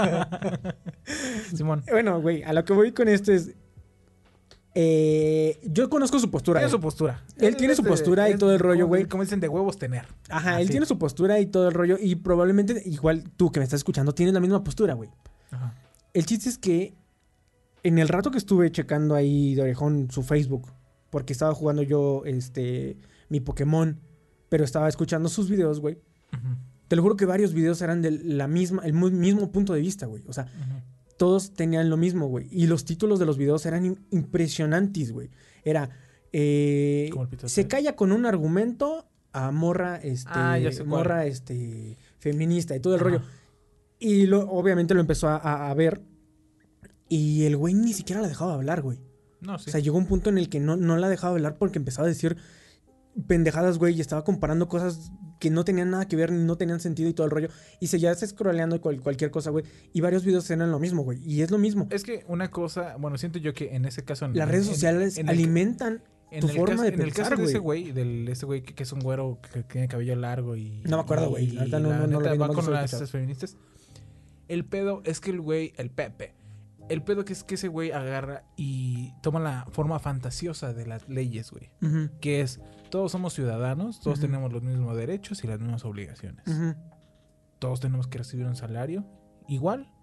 Simón. Bueno, güey, a lo que voy con esto es. eh, yo conozco su postura. Tiene güey. su postura. Él tiene su es de- postura y es todo el rollo, como- güey. Como dicen, de huevos tener. Ajá, él Así. tiene su postura y todo el rollo. Y probablemente, igual tú que me estás escuchando, tienes la misma postura, güey. Ajá. El chiste es que en el rato que estuve checando ahí de orejón su Facebook, porque estaba jugando yo este mi Pokémon, pero estaba escuchando sus videos, güey. Ujú, Te lo juro que varios videos eran de la misma, el mu- mismo punto de vista, güey. O sea, ujú. todos tenían lo mismo, güey. Y los títulos de los videos eran im- impresionantes, güey. Era eh, Como el pito de se Ted. calla con un argumento a morra, este, Ah, ya sé cuál. morra, este, feminista y todo el Ajá. rollo. Y lo, obviamente lo empezó a, a- a ver. Y el güey ni siquiera la dejaba hablar, güey. No, sí. O sea, llegó un punto en el que no, no la dejaba hablar porque empezaba a decir pendejadas, güey, y estaba comparando cosas que no tenían nada que ver, ni no tenían sentido y todo el rollo. Y seguía scrolleando cual- cualquier cosa, güey. Y varios videos eran lo mismo, güey. Y es lo mismo. Es que una cosa, bueno, siento yo que en ese caso... en- Las redes en- sociales en el- alimentan en tu el forma caso- de En el pensar, caso de ese güey. güey, del este güey que, que es un güero que tiene cabello largo y... No me acuerdo, güey. y La verdad no- la no- no lo neta vi, va nomás lo con estoy las escuchando. esas feministas. El pedo es que el güey, el Pepe, el pedo que es que ese güey agarra y toma la forma fantasiosa de las leyes, güey. Ujú, Que es, todos somos ciudadanos, todos Ujú. tenemos los mismos derechos y las mismas obligaciones. ujú. todos tenemos que recibir un salario igual.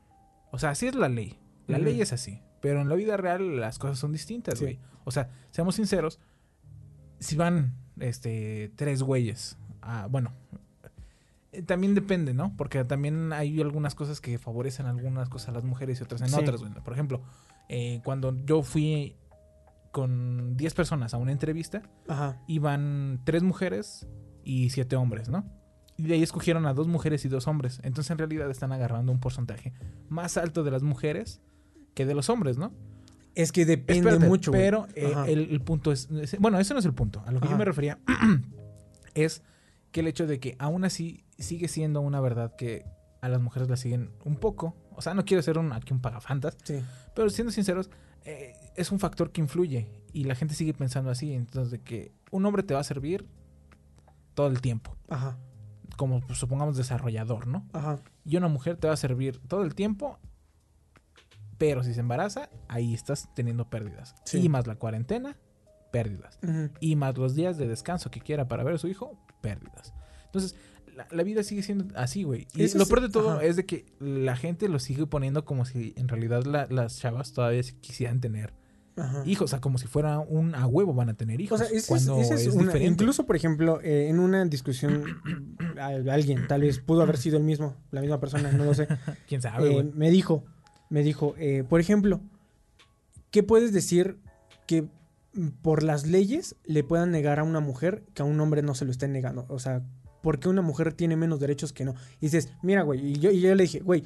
O sea, así es la ley. La uh-huh. ley es así. Pero en la vida real las cosas son distintas, güey. Sí. O sea, seamos sinceros. Si van este tres güeyes, ah, bueno, eh, también depende, ¿no? Porque también hay algunas cosas que favorecen algunas cosas a las mujeres y otras en sí. otras, güey. Por ejemplo, eh, cuando yo fui con diez personas a una entrevista, Ajá. iban tres mujeres y siete hombres, ¿no? Y de ahí escogieron a dos mujeres y dos hombres. Entonces, en realidad, están agarrando un porcentaje más alto de las mujeres que de los hombres, ¿no? Es que depende Espérate, mucho, güey. Pero eh, el, el punto es... Bueno, ese no es el punto. A lo que Ajá. yo me refería es que el hecho de que aún así sigue siendo una verdad que a las mujeres las siguen un poco. O sea, no quiero ser un, aquí un pagafantas. Sí. Pero siendo sinceros, eh, es un factor que influye. Y la gente sigue pensando así. Entonces, de que un hombre te va a servir todo el tiempo. Ajá. Como, pues, supongamos, desarrollador, ¿no? Ajá. Y una mujer te va a servir todo el tiempo. Pero si se embaraza, ahí estás teniendo pérdidas. Sí. Y más la cuarentena, pérdidas. Uh-huh. Y más los días de descanso que quiera para ver a su hijo, pérdidas. Entonces, la, la vida sigue siendo así, güey. Y Eso lo peor de todo Ajá. es de que la gente lo sigue poniendo como si en realidad la, las chavas todavía quisieran tener Ajá. hijos. O sea, como si fuera un a huevo van a tener hijos. O sea, ese cuando es, ese es, es una, diferente. Incluso, por ejemplo, eh, en una discusión, alguien, tal vez pudo haber sido el mismo, la misma persona, no lo sé. ¿Quién sabe, eh, Me dijo... Me dijo, eh, por ejemplo, ¿qué puedes decir que por las leyes le puedan negar a una mujer que a un hombre no se lo estén negando? O sea, ¿por qué una mujer tiene menos derechos que no? Y dices, mira, güey, y yo, y yo le dije, güey,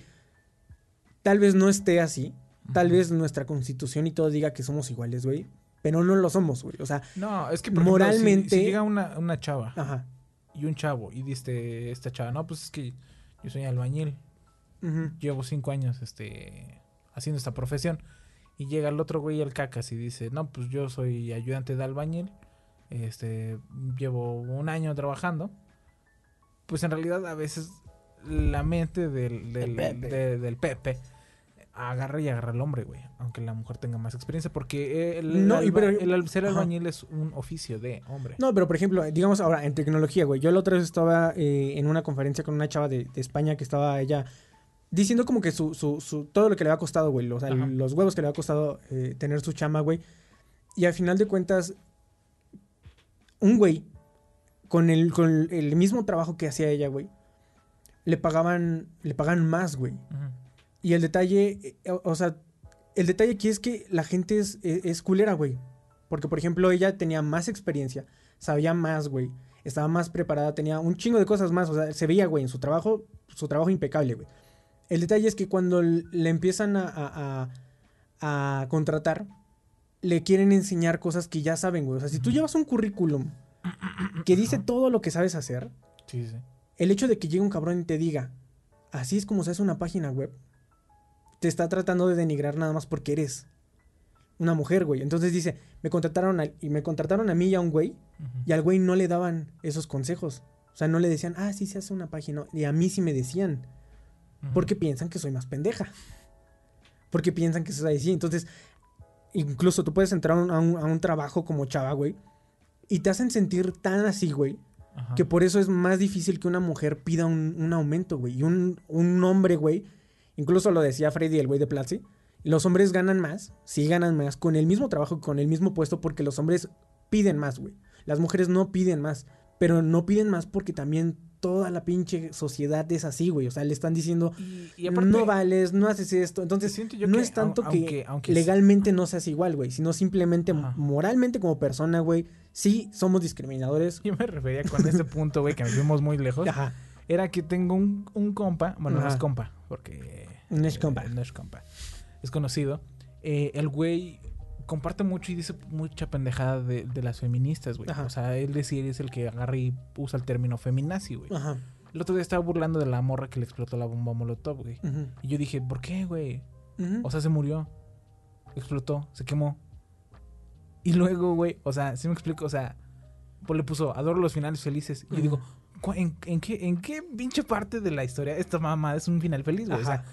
tal vez no esté así, tal uh-huh. vez nuestra constitución y todo diga que somos iguales, güey, pero no lo somos, güey. O sea, no, es que por moralmente... ejemplo, si, si llega una, una chava Ajá. y un chavo y dice esta chava, no, pues es que yo soy albañil. Uh-huh. Llevo cinco años este haciendo esta profesión. Y llega el otro güey, el cacas, y dice, no, pues yo soy ayudante de albañil. Este, llevo un año trabajando. Pues en realidad a veces la mente del, del, Pepe. De, del Pepe agarra y agarra al hombre, güey. Aunque la mujer tenga más experiencia. Porque el, no, el, y pero, el, el ser albañil es un oficio de hombre. No, pero por ejemplo, digamos ahora en tecnología, güey. Yo la otra vez estaba eh, en una conferencia con una chava de, de España que estaba ella... diciendo como que su, su, su, todo lo que le había costado, güey. O sea, Ajá. los huevos que le había costado eh, tener su chamba, güey. Y al final de cuentas, un güey, con el, con el mismo trabajo que hacía ella, güey, le pagaban, le pagaban más, güey. Uh-huh. Y el detalle, eh, o sea, el detalle aquí es que la gente es, es, es culera, güey. Porque, por ejemplo, ella tenía más experiencia, sabía más, güey. Estaba más preparada, tenía un chingo de cosas más. O sea, se veía, güey, en su trabajo, su trabajo impecable, güey. El detalle es que cuando le empiezan a, a, a, a contratar, le quieren enseñar cosas que ya saben, güey. O sea, si tú llevas un currículum que dice todo lo que sabes hacer, sí, sí. el hecho de que llegue un cabrón y te diga, así es como se hace una página web, te está tratando de denigrar nada más porque eres una mujer, güey. Entonces dice, me contrataron a, y me contrataron a mí y a un güey, uh-huh. y al güey no le daban esos consejos. O sea, no le decían, ah, sí se hace una página. Y a mí sí me decían. Porque piensan que soy más pendeja. Porque piensan que soy así. Entonces, incluso tú puedes entrar a un, a un, a un trabajo como chava, güey, y te hacen sentir tan así, güey, Ajá. que por eso es más difícil que una mujer pida un, un aumento, güey. Y un, un hombre, güey, incluso lo decía Freddy, el güey de Platzi, los hombres ganan más, sí ganan más, con el mismo trabajo, con el mismo puesto, porque los hombres piden más, güey. Las mujeres no piden más, pero no piden más porque también... toda la pinche sociedad es así, güey. O sea, le están diciendo, y, y aparte, no vales, no haces esto. Entonces, no es tanto aunque, que aunque legalmente sí. no seas igual, güey. Sino simplemente Ajá. moralmente como persona, güey. Sí, somos discriminadores. Yo me refería con ese punto, güey, que nos fuimos muy lejos. Ajá. Era que tengo un, un compa. Bueno, Ajá. no es compa, porque... No es compa. Eh, no es compa. Es conocido. Eh, el güey... comparte mucho y dice mucha pendejada de, de las feministas, güey. O sea, él decir es el que agarra y usa el término feminazi, güey. Ajá. El otro día estaba burlando de la morra que le explotó la bomba molotov, güey. Uh-huh. Y yo dije, ¿por qué, güey? Uh-huh. O sea, se murió. Explotó, se quemó. Y luego, güey, o sea, sí me explico, o sea, pues le puso, adoro los finales felices. Y uh-huh. yo digo, ¿en, en, qué, ¿en qué pinche parte de la historia esta mamá es un final feliz, güey? O sea,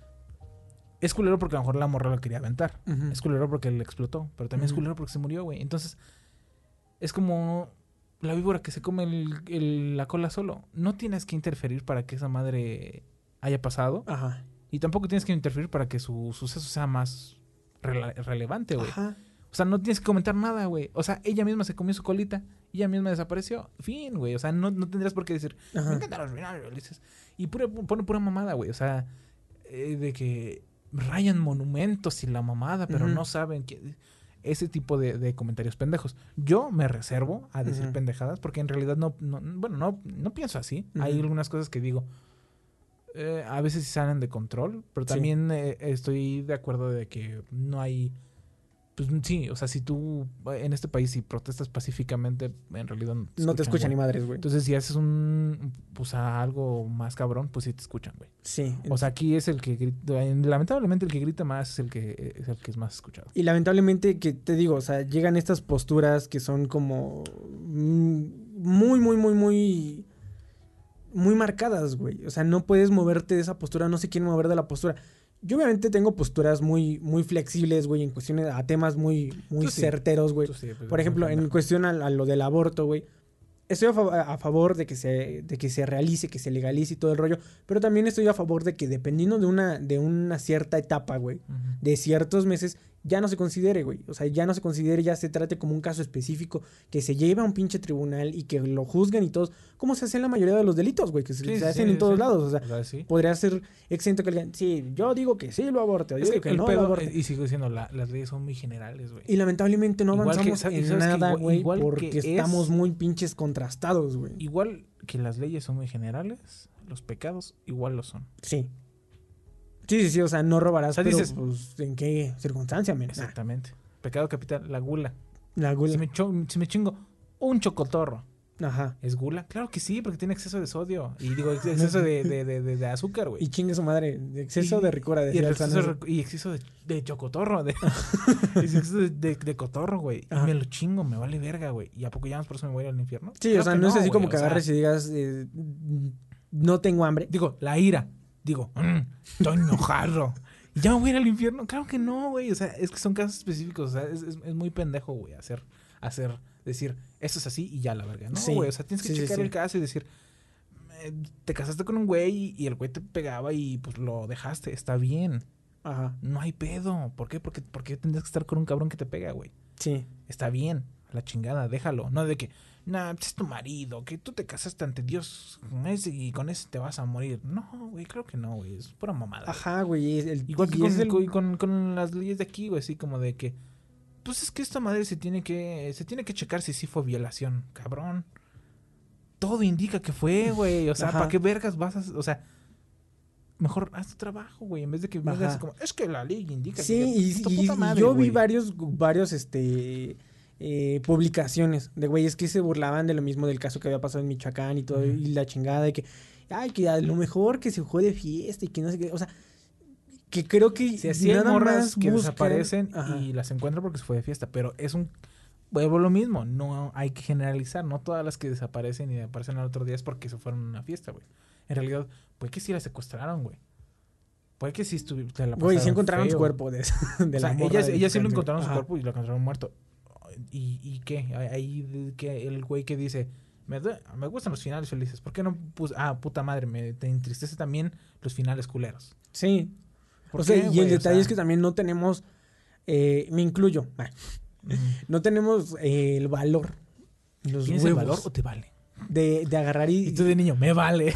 es culero porque a lo mejor la morra lo quería aventar. Uh-huh. Es culero porque le explotó. Pero también uh-huh. es culero porque se murió, güey. Entonces, es como... la víbora que se come el, el- la cola solo. No tienes que interferir para que esa madre haya pasado. Ajá. Y tampoco tienes que interferir para que su suceso sea más rela- relevante, güey. Ajá. O sea, no tienes que comentar nada, güey. O sea, ella misma se comió su colita. Ella misma desapareció. Fin, güey. O sea, no, no tendrías por qué decir, Ajá. me encantan los finales felices. Y pura, pone pura mamada, güey. O sea, eh, de que rayan monumentos y la mamada, pero Ujú. no saben que... Ese tipo de, de comentarios pendejos. Yo me reservo a decir Ujú. pendejadas porque en realidad no... no bueno, no, no pienso así. Ujú. Hay algunas cosas que digo... eh, a veces sí salen de control, pero Sí. también eh, estoy de acuerdo de que no hay... Pues sí, o sea, si tú en este país si protestas pacíficamente, en realidad no te No te escuchan ni güey. madres, güey. Entonces, si haces un, pues a algo más cabrón, pues sí te escuchan, güey. Sí. O sea, aquí es el que grita, lamentablemente el que grita más es el que es el que es más escuchado. Y lamentablemente, que te digo, o sea, llegan estas posturas que son como mm, muy, muy, muy, muy, muy marcadas, güey. O sea, no puedes moverte de esa postura, no se quieren mover de la postura. Yo obviamente tengo posturas muy, muy flexibles, güey, en cuestiones a temas muy, muy Tú sí. certeros, güey. Tú sí, pues, Por ejemplo, en pendejo. cuestión a, a lo del aborto, güey. Estoy a, fa- a favor de que se de que se realice, que se legalice y todo el rollo, pero también estoy a favor de que dependiendo de una de una cierta etapa, güey, Ujú. de ciertos meses, ya no se considere, güey. O sea, ya no se considere, ya se trate como un caso específico, que se lleve a un pinche tribunal y que lo juzguen y todos, como se hace en la mayoría de los delitos, güey, que se, Sí, se sí, hacen sí, en todos sí. lados. O sea, O sea, sí. podría ser exento que alguien, sí, yo digo que sí lo aborte, o yo Es digo que que el no lo pedo, aborte. y sigo diciendo, la- las leyes son muy generales, güey. Y lamentablemente no Igual que- avanzamos ¿sabes- en sabes que nada, igual- güey, igual que porque es- estamos muy pinches contrastados, güey. Igual que las leyes son muy generales, los pecados igual lo son. Sí. Sí, sí, sí, o sea, no robarás, O sea, pero, dices- pues, ¿en qué circunstancia, men? Exactamente. Pecado capital, la gula. La gula. Si me, cho- si me chingo un chocotorro, Ajá. ¿es gula? Claro que sí, porque tiene exceso de sodio. Y digo, ex- exceso de, de, de, de- de azúcar, güey. Y chingue su madre, de exceso Y- de ricura, Y, decía el el exceso Sanaz. de, recu- y exceso de, de chocotorro. De, y exceso de, de, de cotorro, güey. Y Ajá. me lo chingo, me vale verga, güey. ¿Y a poco ya más por eso me voy a ir al infierno? Sí, Claro o sea, que no, es así güey, como o que sea, agarres y digas, eh, no tengo hambre. Digo, la ira. Digo, "Mm, estoy enojado. ¿Y ya me voy a ir al infierno? Claro que no, güey. O sea, es que son casos específicos. O sea, es, es, es muy pendejo, güey, hacer, hacer, decir, esto es así y ya la verga. No, Sí. güey. O sea, tienes que Sí, sí, checar sí. el caso y decir, eh, te casaste con un güey y, y el güey te pegaba y pues lo dejaste. Está bien. Ajá, No hay pedo. ¿Por qué? Porque, porque tendrías que estar con un cabrón que te pega, güey. sí. Está bien. La chingada, déjalo. No de que, nah, pues es tu marido, que tú te casaste ante Dios con ese y con ese te vas a morir. No, güey, creo que no, güey. Es pura mamada. güey. Ajá, güey. es el- Igual que y con, es el- con, con- con las leyes de aquí, güey, así como de que, pues es que esta madre se tiene que, se tiene que checar si sí fue violación, cabrón. Todo indica que fue, güey. O sea, Ajá. ¿para qué vergas vas a, o sea, mejor haz tu trabajo, güey, en vez de que vengas Ajá. así como, es que la ley indica Sí, que y, tu y- puta y madre, yo vi güey. varios, varios, este, eh, publicaciones de güeyes que se burlaban de lo mismo del caso que había pasado en Michoacán y todo, Ujú. y la chingada de que, ay, que a lo mejor que se fue de fiesta y que no sé qué, o sea, que creo que Si así hay nada morras más que buscan- desaparecen Ajá. y las encuentran porque se fue de fiesta, pero es un vuelvo a lo mismo, no hay que generalizar, no todas las que desaparecen y aparecen al otro día es porque se fueron a una fiesta, güey. En realidad, puede que sí la secuestraron, güey. Puede que sí estuvi- te la Güey, sí pasaron encontraron su feo. cuerpo de, de O la sea, morra ellas, del ellas sí lo cáncer. encontraron su Ajá. cuerpo y lo encontraron muerto. ¿Y, y qué? Ahí de- que el güey que dice, me, due- me gustan los finales felices. ¿Por qué no puse, ah, puta madre, me te entristece también los finales culeros? Sí. ¿Por O sea, qué, y güey? el O detalle sea, es que también no tenemos, eh, me incluyo, ah, ujú. no tenemos eh, el valor, los ¿Tienes el huevos valor o te vale? de, de agarrar y, Y tú de niño, me vale.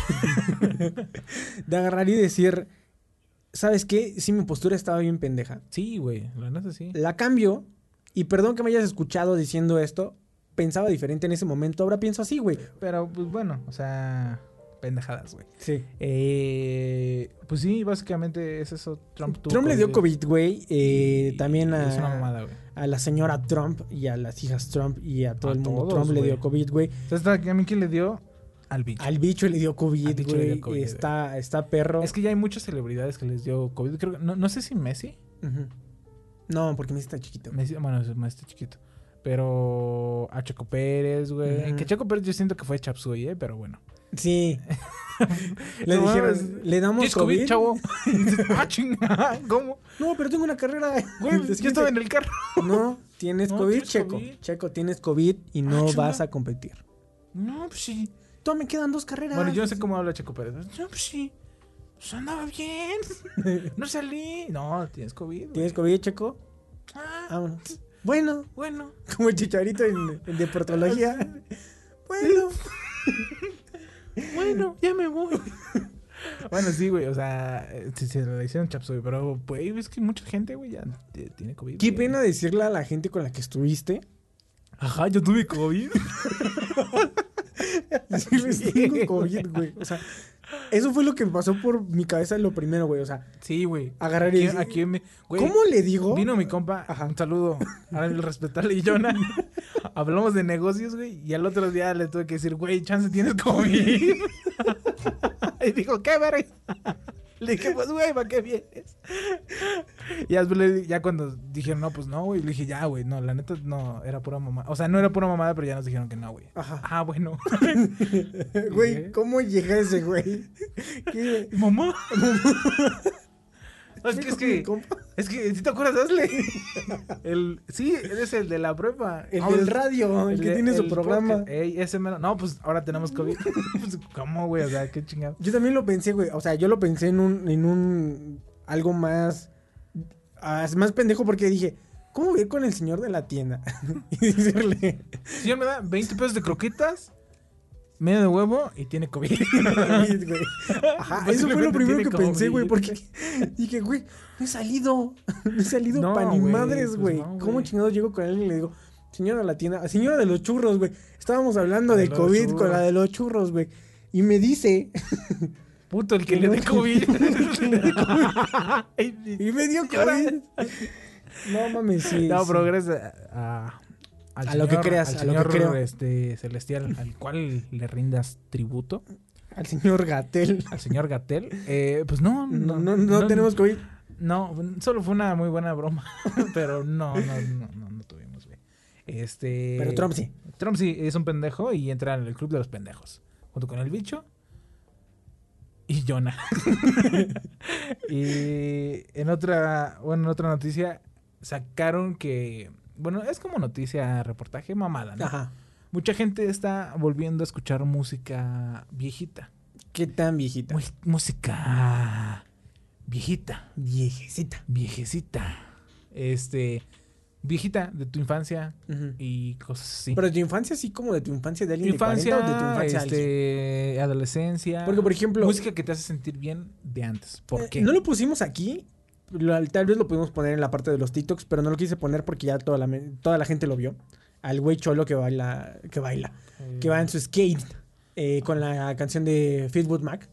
de agarrar y decir, ¿sabes qué? Sí, mi postura estaba bien pendeja. Sí, güey, la neta sí. La cambio, y perdón que me hayas escuchado diciendo esto, pensaba diferente en ese momento, ahora pienso así, güey. Pero, pues bueno, o sea, pendejadas, güey. Sí. Eh, pues sí, básicamente es eso. Trump tuvo Trump le dio COVID, güey, eh, y- también y a, Es una mamada, güey. a la señora Trump y a las hijas Trump y a todo A el mundo todos, Trump le dio güey. COVID, güey. ¿Sabes a mí quién le dio? Al bicho. Al bicho le dio Al COVID, bicho le dio güey. COVID, Está, está perro. Es que ya hay muchas celebridades que les dio COVID. Creo que, no, no sé si Messi. Ujú. No, porque Messi está chiquito. Messi bueno, es más chiquito. Pero a Checo Pérez, güey. Ujú. Que Checo Pérez yo siento que fue Chapsui, ¿eh? Pero bueno. Sí. le No dijeron, mames. le damos ¿Tienes COVID, COVID. chavo? Y dices, ah, chinga, ¿cómo? No, pero tengo una carrera. Güey, El yo estaba en siguiente. el carro. No, tienes No, COVID, ¿tienes Checo. COVID? Checo, tienes COVID y no Ah, chinga. vas a competir. No, pues sí. Todavía me quedan dos carreras. Bueno, yo no sé cómo habla Checo Pérez. No, pues sí. Pues andaba bien. No salí. No, tienes COVID. güey. ¿Tienes COVID, Checo? Ah, Vámonos. Bueno, bueno. como el Chicharito en, en deportología. Bueno. Bueno, ya me voy. Bueno, sí, güey, o sea, si se le hicieron chapsui, pero pues es que mucha gente, güey, ya t- tiene COVID. Qué güey. pena decirle a la gente con la que estuviste. Ajá, yo tuve COVID. Decirles, tengo COVID, güey. O sea, eso fue lo que pasó por mi cabeza lo primero, güey. O sea, Sí, güey. agarrar y Aquí, decir, aquí me, güey, ¿cómo le digo? vino mi compa, Ajá. un saludo, ahora el respetarle y Jonah. Hablamos de negocios, güey, y al otro día le tuve que decir, güey, chance tienes COVID. Y dijo, ¿qué, verga? Le dije, pues, güey, ¿para qué vienes? Y ya, después le- ya cuando dijeron, no, pues no, güey, le dije, ya, güey, no, la neta, no, era pura mamada. O sea, no era pura mamada, pero ya nos dijeron que no, güey. Ajá. Ah, bueno. Güey, ¿cómo llega ese güey? ¿Qué? ¿Mamá? No, es que, es Mi que, compa. es que, ¿sí te acuerdas de Ashley? El, sí, eres el de la prepa. El Ah, del pues, radio, el que de- tiene su el programa. podcast. Ey, ese mero. No, pues ahora tenemos COVID. Pues, ¿cómo, güey? O sea, qué chingado. Yo también lo pensé, güey. O sea, yo lo pensé en un, en un algo más, ah, más pendejo porque dije, ¿cómo voy a ir con el señor de la tienda? Y decirle, Señor, me da veinte pesos de croquetas, medio de huevo y tiene COVID. COVID, güey. Ajá, eso fue lo Posiblemente primero tiene que pensé, güey, COVID. porque dije, güey, no he salido, no he salido No, pa' ni güey, madres, pues güey. no, ¿Cómo güey. chingados llego con él y le digo, señora de la tienda, señora de los churros, güey? Estábamos hablando De de los COVID con churros. la de los churros, güey. Y me dice, Puto, el que Que le no- dé COVID. y me dio Señora. COVID. No mames, sí. No, sí. pero gracias a, al A lo que señor- creas, al a lo que señor, creo. este, celestial, al cual le rindas tributo, Al señor Gatel. al señor Gatel. Eh, pues no, No, no, no, tenemos COVID. No, solo fue una muy buena broma, pero no, no, no, no, no tuvimos, güey. Este. Pero Trump sí. Trump sí es un pendejo y entra en el club de los pendejos, junto con el bicho y Jonah. Y en otra, bueno, en otra noticia sacaron que, bueno, es como noticia, reportaje, mamada, ¿no? Ajá. Mucha gente está volviendo a escuchar música viejita. ¿Qué tan viejita? Mu- música viejita, Viejecita. viejecita. Este, viejita de tu infancia Ujú. y cosas así. Pero de tu infancia, así como de tu infancia de tu alguien infancia, de cuarenta o de tu infancia alguien. este, adolescencia. Porque, por ejemplo, música que te hace sentir bien de antes. ¿Por eh, qué? no lo pusimos aquí. Lo- tal vez lo pudimos poner en la parte de los TikToks, pero no lo quise poner porque ya toda la, me- toda la gente lo vio. Al güey cholo que baila, que baila, Eh, que va en su skate eh, con la canción de Fleetwood Mac.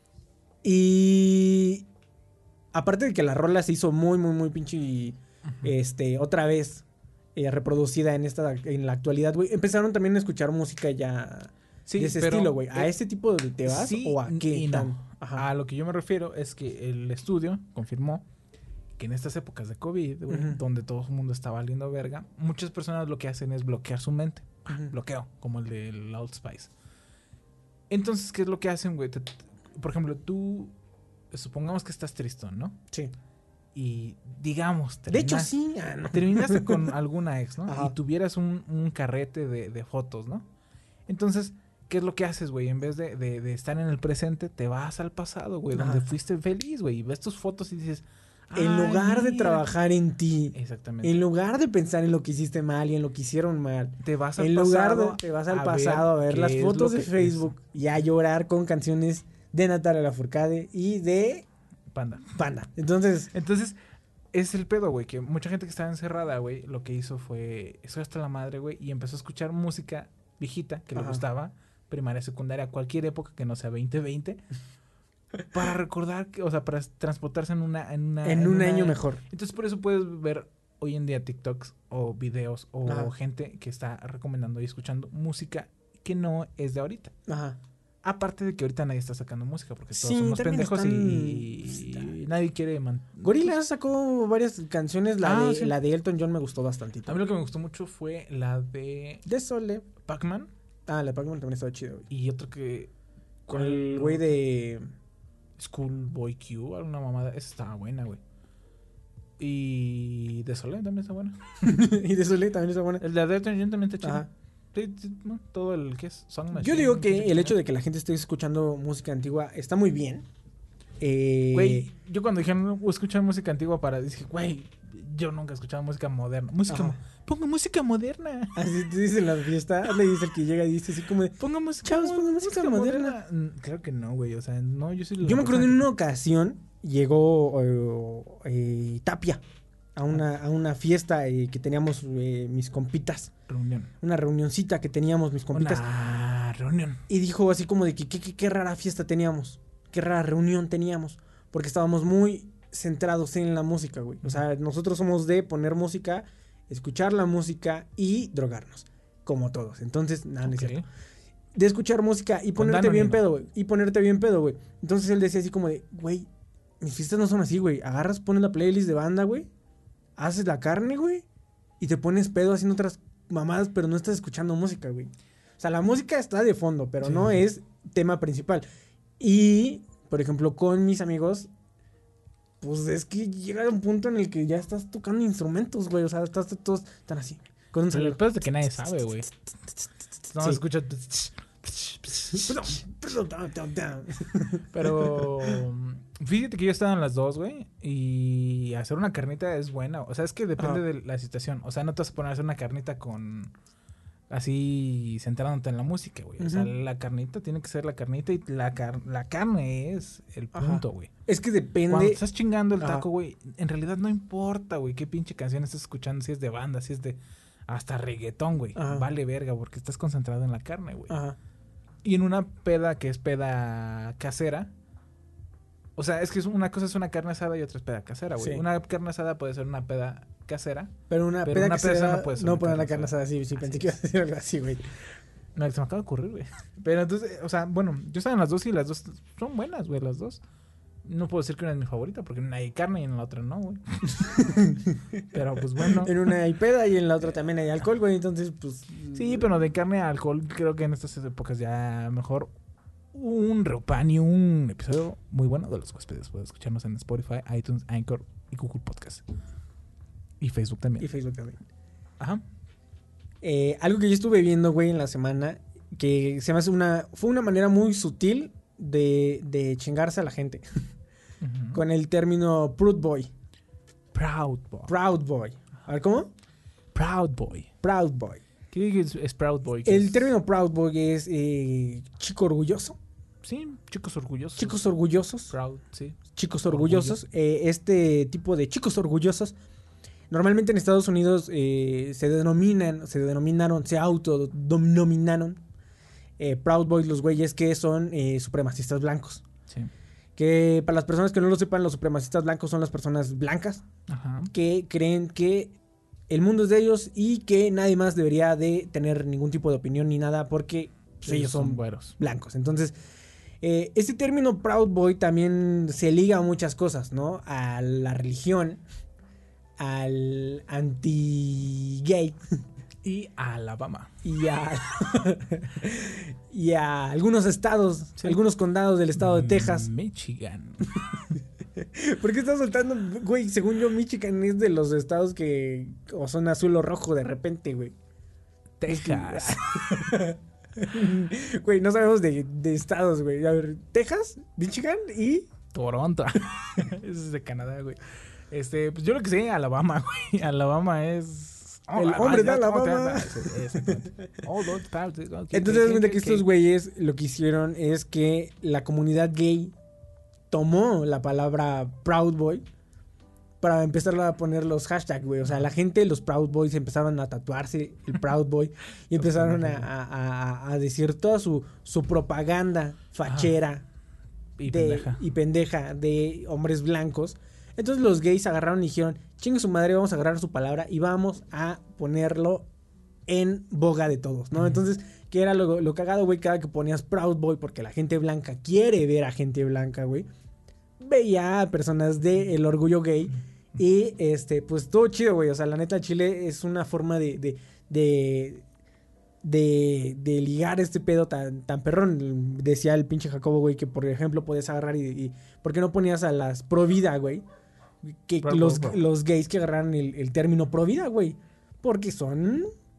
Y aparte de que la rola se hizo muy, muy, muy pinche, este, otra vez eh, reproducida en esta, en la actualidad, güey. Empezaron también a escuchar música ya sí, de ese pero, estilo, güey. ¿A eh, este tipo de te vas sí o a qué? y tan? no. Ajá. A lo que yo me refiero es que el estudio confirmó que en estas épocas de COVID, güey, Ujú. donde todo el mundo está valiendo verga, muchas personas lo que hacen es bloquear su mente. Ujú. Bloqueo, como el del Old Spice. Entonces, ¿qué es lo que hacen, güey? Te- te- por ejemplo, tú, supongamos que estás tristón, ¿no? Sí. Y digamos, De hecho, terminas- sí. Ah, no. terminaste con alguna ex, ¿no? Ajá. Y tuvieras un, un carrete de, de fotos, ¿no? Entonces, ¿qué es lo que haces, güey? En vez de, de- de estar en el presente, te vas al pasado, güey, donde Ajá. fuiste feliz, güey, y ves tus fotos y dices... En "Ay, lugar de mira". trabajar en ti, Exactamente. en lugar de pensar en lo que hiciste mal y en lo que hicieron mal, te vas al en lugar de pasado te vas al a pasado a ver qué las es fotos lo de que- Facebook y a llorar con canciones de Natalia Lafourcade y de Panda. Panda. Entonces, Entonces, es el pedo, güey, que mucha gente que estaba encerrada, güey, lo que hizo fue... Estoy hasta la madre, güey, y empezó a escuchar música viejita que le Ajá. gustaba, primaria, secundaria, cualquier época que no sea veinte veinte, para recordar, que, o sea, para transportarse en una... En, una, en un una- año mejor. Entonces, por eso puedes ver hoy en día TikToks o videos o Ajá. gente que está recomendando y escuchando música que no es de ahorita. Ajá. Aparte de que ahorita nadie está sacando música porque todos Sí, somos también pendejos están- y, y nadie quiere... man- Gorillaz sacó varias canciones, la, Ah, de, sí. la de Elton John me gustó bastantito. A mí lo que me gustó mucho fue la de De Sole. Pac-Man Ah, la Pac-Man también estaba chido, güey. y otro que... Con el güey de... Schoolboy Q, alguna mamada. Esa estaba buena, güey. Y de Soleil también está buena. y de Sole también está buena. El de Elton John también está chido. Ajá. Sí, sí, no, todo el que es Song Machine. Yo digo que sí, el sí, hecho de que la gente esté escuchando música antigua está muy bien. Eh, Güey, yo cuando dijeron escuchar música antigua para dije, güey, yo nunca he escuchado música moderna. Música, Ajá. mo- ponga música moderna. Así te dice en la fiesta, le dice el que llega y dice así como de, Ponga música, Chavos, mo- ponga música moderna. Mm, Creo que no, güey, o sea, no, yo soy la Yo me acuerdo en persona una ocasión llegó eh, eh, Tapia a una, a una fiesta eh, que teníamos eh, mis compitas. que- reunión. Una reunioncita que teníamos mis compitas. Una reunión. Y dijo así como de que qué, qué, qué rara fiesta teníamos. Qué rara reunión teníamos. Porque estábamos muy centrados en la música, güey. O sea, nosotros somos de poner música, escuchar la música y drogarnos. Como todos. Entonces, nada, no es Ok. cierto. De escuchar música y Con ponerte bien Danonino. pedo, güey. Y ponerte bien pedo, güey. Entonces él decía así como de, güey, mis fiestas no son así, güey. Agarras, pones la playlist de banda, güey. Haces la carne, güey. Y te pones pedo haciendo otras mamadas, pero no estás escuchando música, güey. O sea, la música está de fondo, pero Sí. no es tema principal. Y, por ejemplo, con mis amigos, pues es que llega un punto en el que ya estás tocando instrumentos, güey. O sea, estás todos tan así. Con un Pero el saludo. pedo es de que nadie sabe, güey. No Sí. escucha. Pero mm, fíjate que yo estaba en las dos, güey. Y hacer una carnita es buena. O sea, es que depende Ajá. de la situación. O sea, no te vas a poner a hacer una carnita con. Así centrándote en la música, güey. O sea, Ujú. la carnita tiene que ser la carnita y la, car- la carne es el Ajá. punto, güey. Es que Cuando depende. estás chingando el Ajá. taco, güey, en realidad no importa, güey, qué pinche canción estás escuchando, si es de banda, si es de hasta reggaetón, güey. Ajá. Vale verga, porque estás concentrado en la carne, güey. Ajá. Y en una peda que es peda casera, o sea, es que es una cosa es una carne asada y otra es peda casera, güey. Sí. Una carne asada puede ser una peda casera. Pero una Pero peda una que peda sea, no no, puede ser no una poner la carne carne asada así. Sí, Así pensé que es. iba a decir algo así, güey. No, se me acaba de ocurrir, güey. Pero entonces, o sea, bueno, yo estaba en las dos y las dos son buenas, güey, las dos. No puedo decir que una es mi favorita porque en una hay carne y en la otra no, güey. Pero pues bueno. En una hay peda y en la otra también hay alcohol, güey. Entonces, pues. Sí, pero de carne a alcohol, creo que en estas épocas ya mejor un Reupan y un episodio muy bueno de los huéspedes. Puedes escucharnos en Spotify, iTunes, Anchor y Google Podcast. Y Facebook también. Y Facebook también. Ajá. Eh, algo que yo estuve viendo, güey, en la semana, que se me hace una. Fue una manera muy sutil de, de chingarse a la gente. Ujú. Con el término Proud Boy. Proud Boy. Proud Boy. A ver, ¿cómo? Proud Boy. Proud Boy. ¿Qué es, es Proud Boy? ¿Qué El es? término Proud Boy es eh, chico orgulloso. Sí, chicos orgullosos. Chicos orgullosos. Proud, sí. Chicos orgullosos. Eh, este tipo de chicos orgullosos normalmente en Estados Unidos eh, se denominan, se denominaron, se autodenominaron eh, Proud Boys, los güeyes que son eh, supremacistas blancos. Sí. Que para las personas que no lo sepan, los supremacistas blancos son las personas blancas Ajá. que creen que el mundo es de ellos y que nadie más debería de tener ningún tipo de opinión ni nada porque pues, ellos son güeros. blancos. Entonces, eh, este término Proud Boy también se liga a muchas cosas, ¿no? A la religión, al anti-gay Y Alabama. y a, y a algunos estados, Sí. algunos condados del estado de Texas. Michigan. ¿Por qué estás soltando? Güey, según yo, Michigan es de los estados que o son azul o rojo de repente, güey. Texas. Güey, no sabemos de, de estados, güey. A ver, Texas, Michigan y... Toronto. Ese es de Canadá, güey. Este, pues yo lo que sé, Alabama, güey. Alabama es... El hombre de Alabama. Exactamente. Oh, don't start. Ok, Entonces, ok, das cuenta ok, que ok. estos güeyes lo que hicieron es que la comunidad gay tomó la palabra Proud Boy para empezar a poner los hashtags, güey. O sea, la gente, los Proud Boys empezaron a tatuarse el Proud Boy y empezaron a, a- a- a decir toda su, su propaganda fachera Y de- pendeja. y pendeja de hombres blancos. Entonces los gays agarraron y dijeron, chingue su madre, vamos a agarrar su palabra y vamos a ponerlo en boga de todos, ¿no? Ujú. Entonces, que era lo, lo cagado, güey, cada que ponías Proud Boy, porque la gente blanca quiere ver a gente blanca, güey, veía a personas del orgullo gay y, este, pues, todo chido, güey. O sea, la neta, Chile es una forma de... de, de de, de ligar este pedo tan, tan perrón. Decía el pinche Jacobo, güey, que por ejemplo podías agarrar y, y ¿por qué no ponías a las pro vida, güey? Que Pro- los, pro- pro. los gays que agarraran el, el término pro vida, güey. Porque son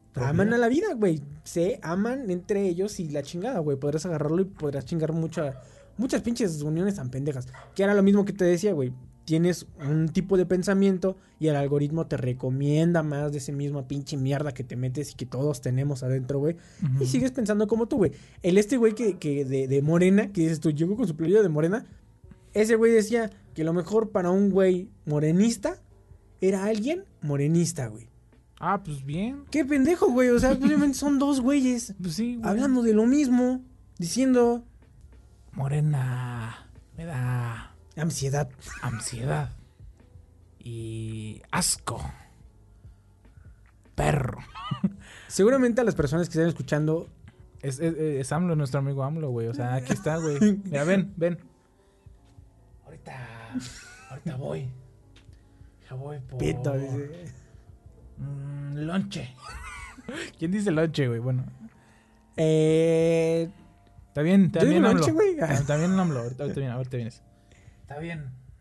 Aman a la vida, güey. Se aman entre ellos y la chingada, güey. Podrás agarrarlo y podrás chingar mucha, muchas pinches uniones tan pendejas. Que era lo mismo que te decía, güey. Tienes un tipo de pensamiento y el algoritmo te recomienda más de ese mismo pinche mierda que te metes y que todos tenemos adentro, güey. Uh-huh. Y sigues pensando como tú, güey. El este güey que, que de, de Morena, que dices tú, llegó con su playera de Morena. Ese güey decía que lo mejor para un güey morenista era alguien morenista, güey. Ah, pues bien. Qué pendejo, güey. O sea, obviamente son dos güeyes. Pues sí, güey. Hablando de lo mismo. Diciendo... Morena me da... Ansiedad. Ansiedad. Y asco. Perro. Seguramente a las personas que están escuchando... Es, es, es AMLO, nuestro amigo AMLO, güey. O sea, aquí está, güey. Mira, ven, ven. Ahorita... Ahorita voy. Ya voy por... Pito, dice... Mm, lonche. ¿Quién dice lonche, güey? Bueno. Eh... Está bien, también AMLO. Lonche, güey. Está bien AMLO. Ahorita, ahorita, vienes, ahorita vienes. Está bien.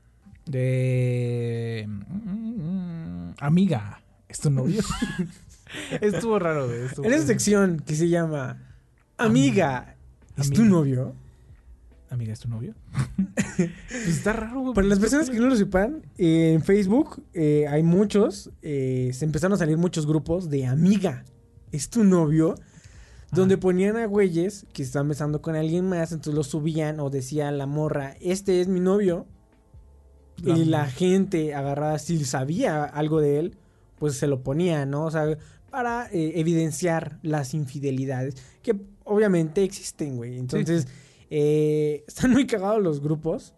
De... Mm, amiga. ¿Es tu novio? Estuvo raro, güey. Estuvo en esa raro. sección que se llama... Amiga. ¿Es Amiga. tu novio? Amiga, ¿es tu novio? Pues está raro, güey. Para las personas que no lo sepan, eh, en Facebook eh, hay muchos, eh, se empezaron a salir muchos grupos de amiga, ¿es tu novio? Donde ponían a güeyes que estaban besando con alguien más, entonces lo subían o decía la morra, este es mi novio. La y la m- gente agarrada, si sabía algo de él, pues se lo ponía, ¿no? O sea, para eh, evidenciar las infidelidades, que obviamente existen, güey. Entonces... Sí. Eh, están muy cagados los grupos.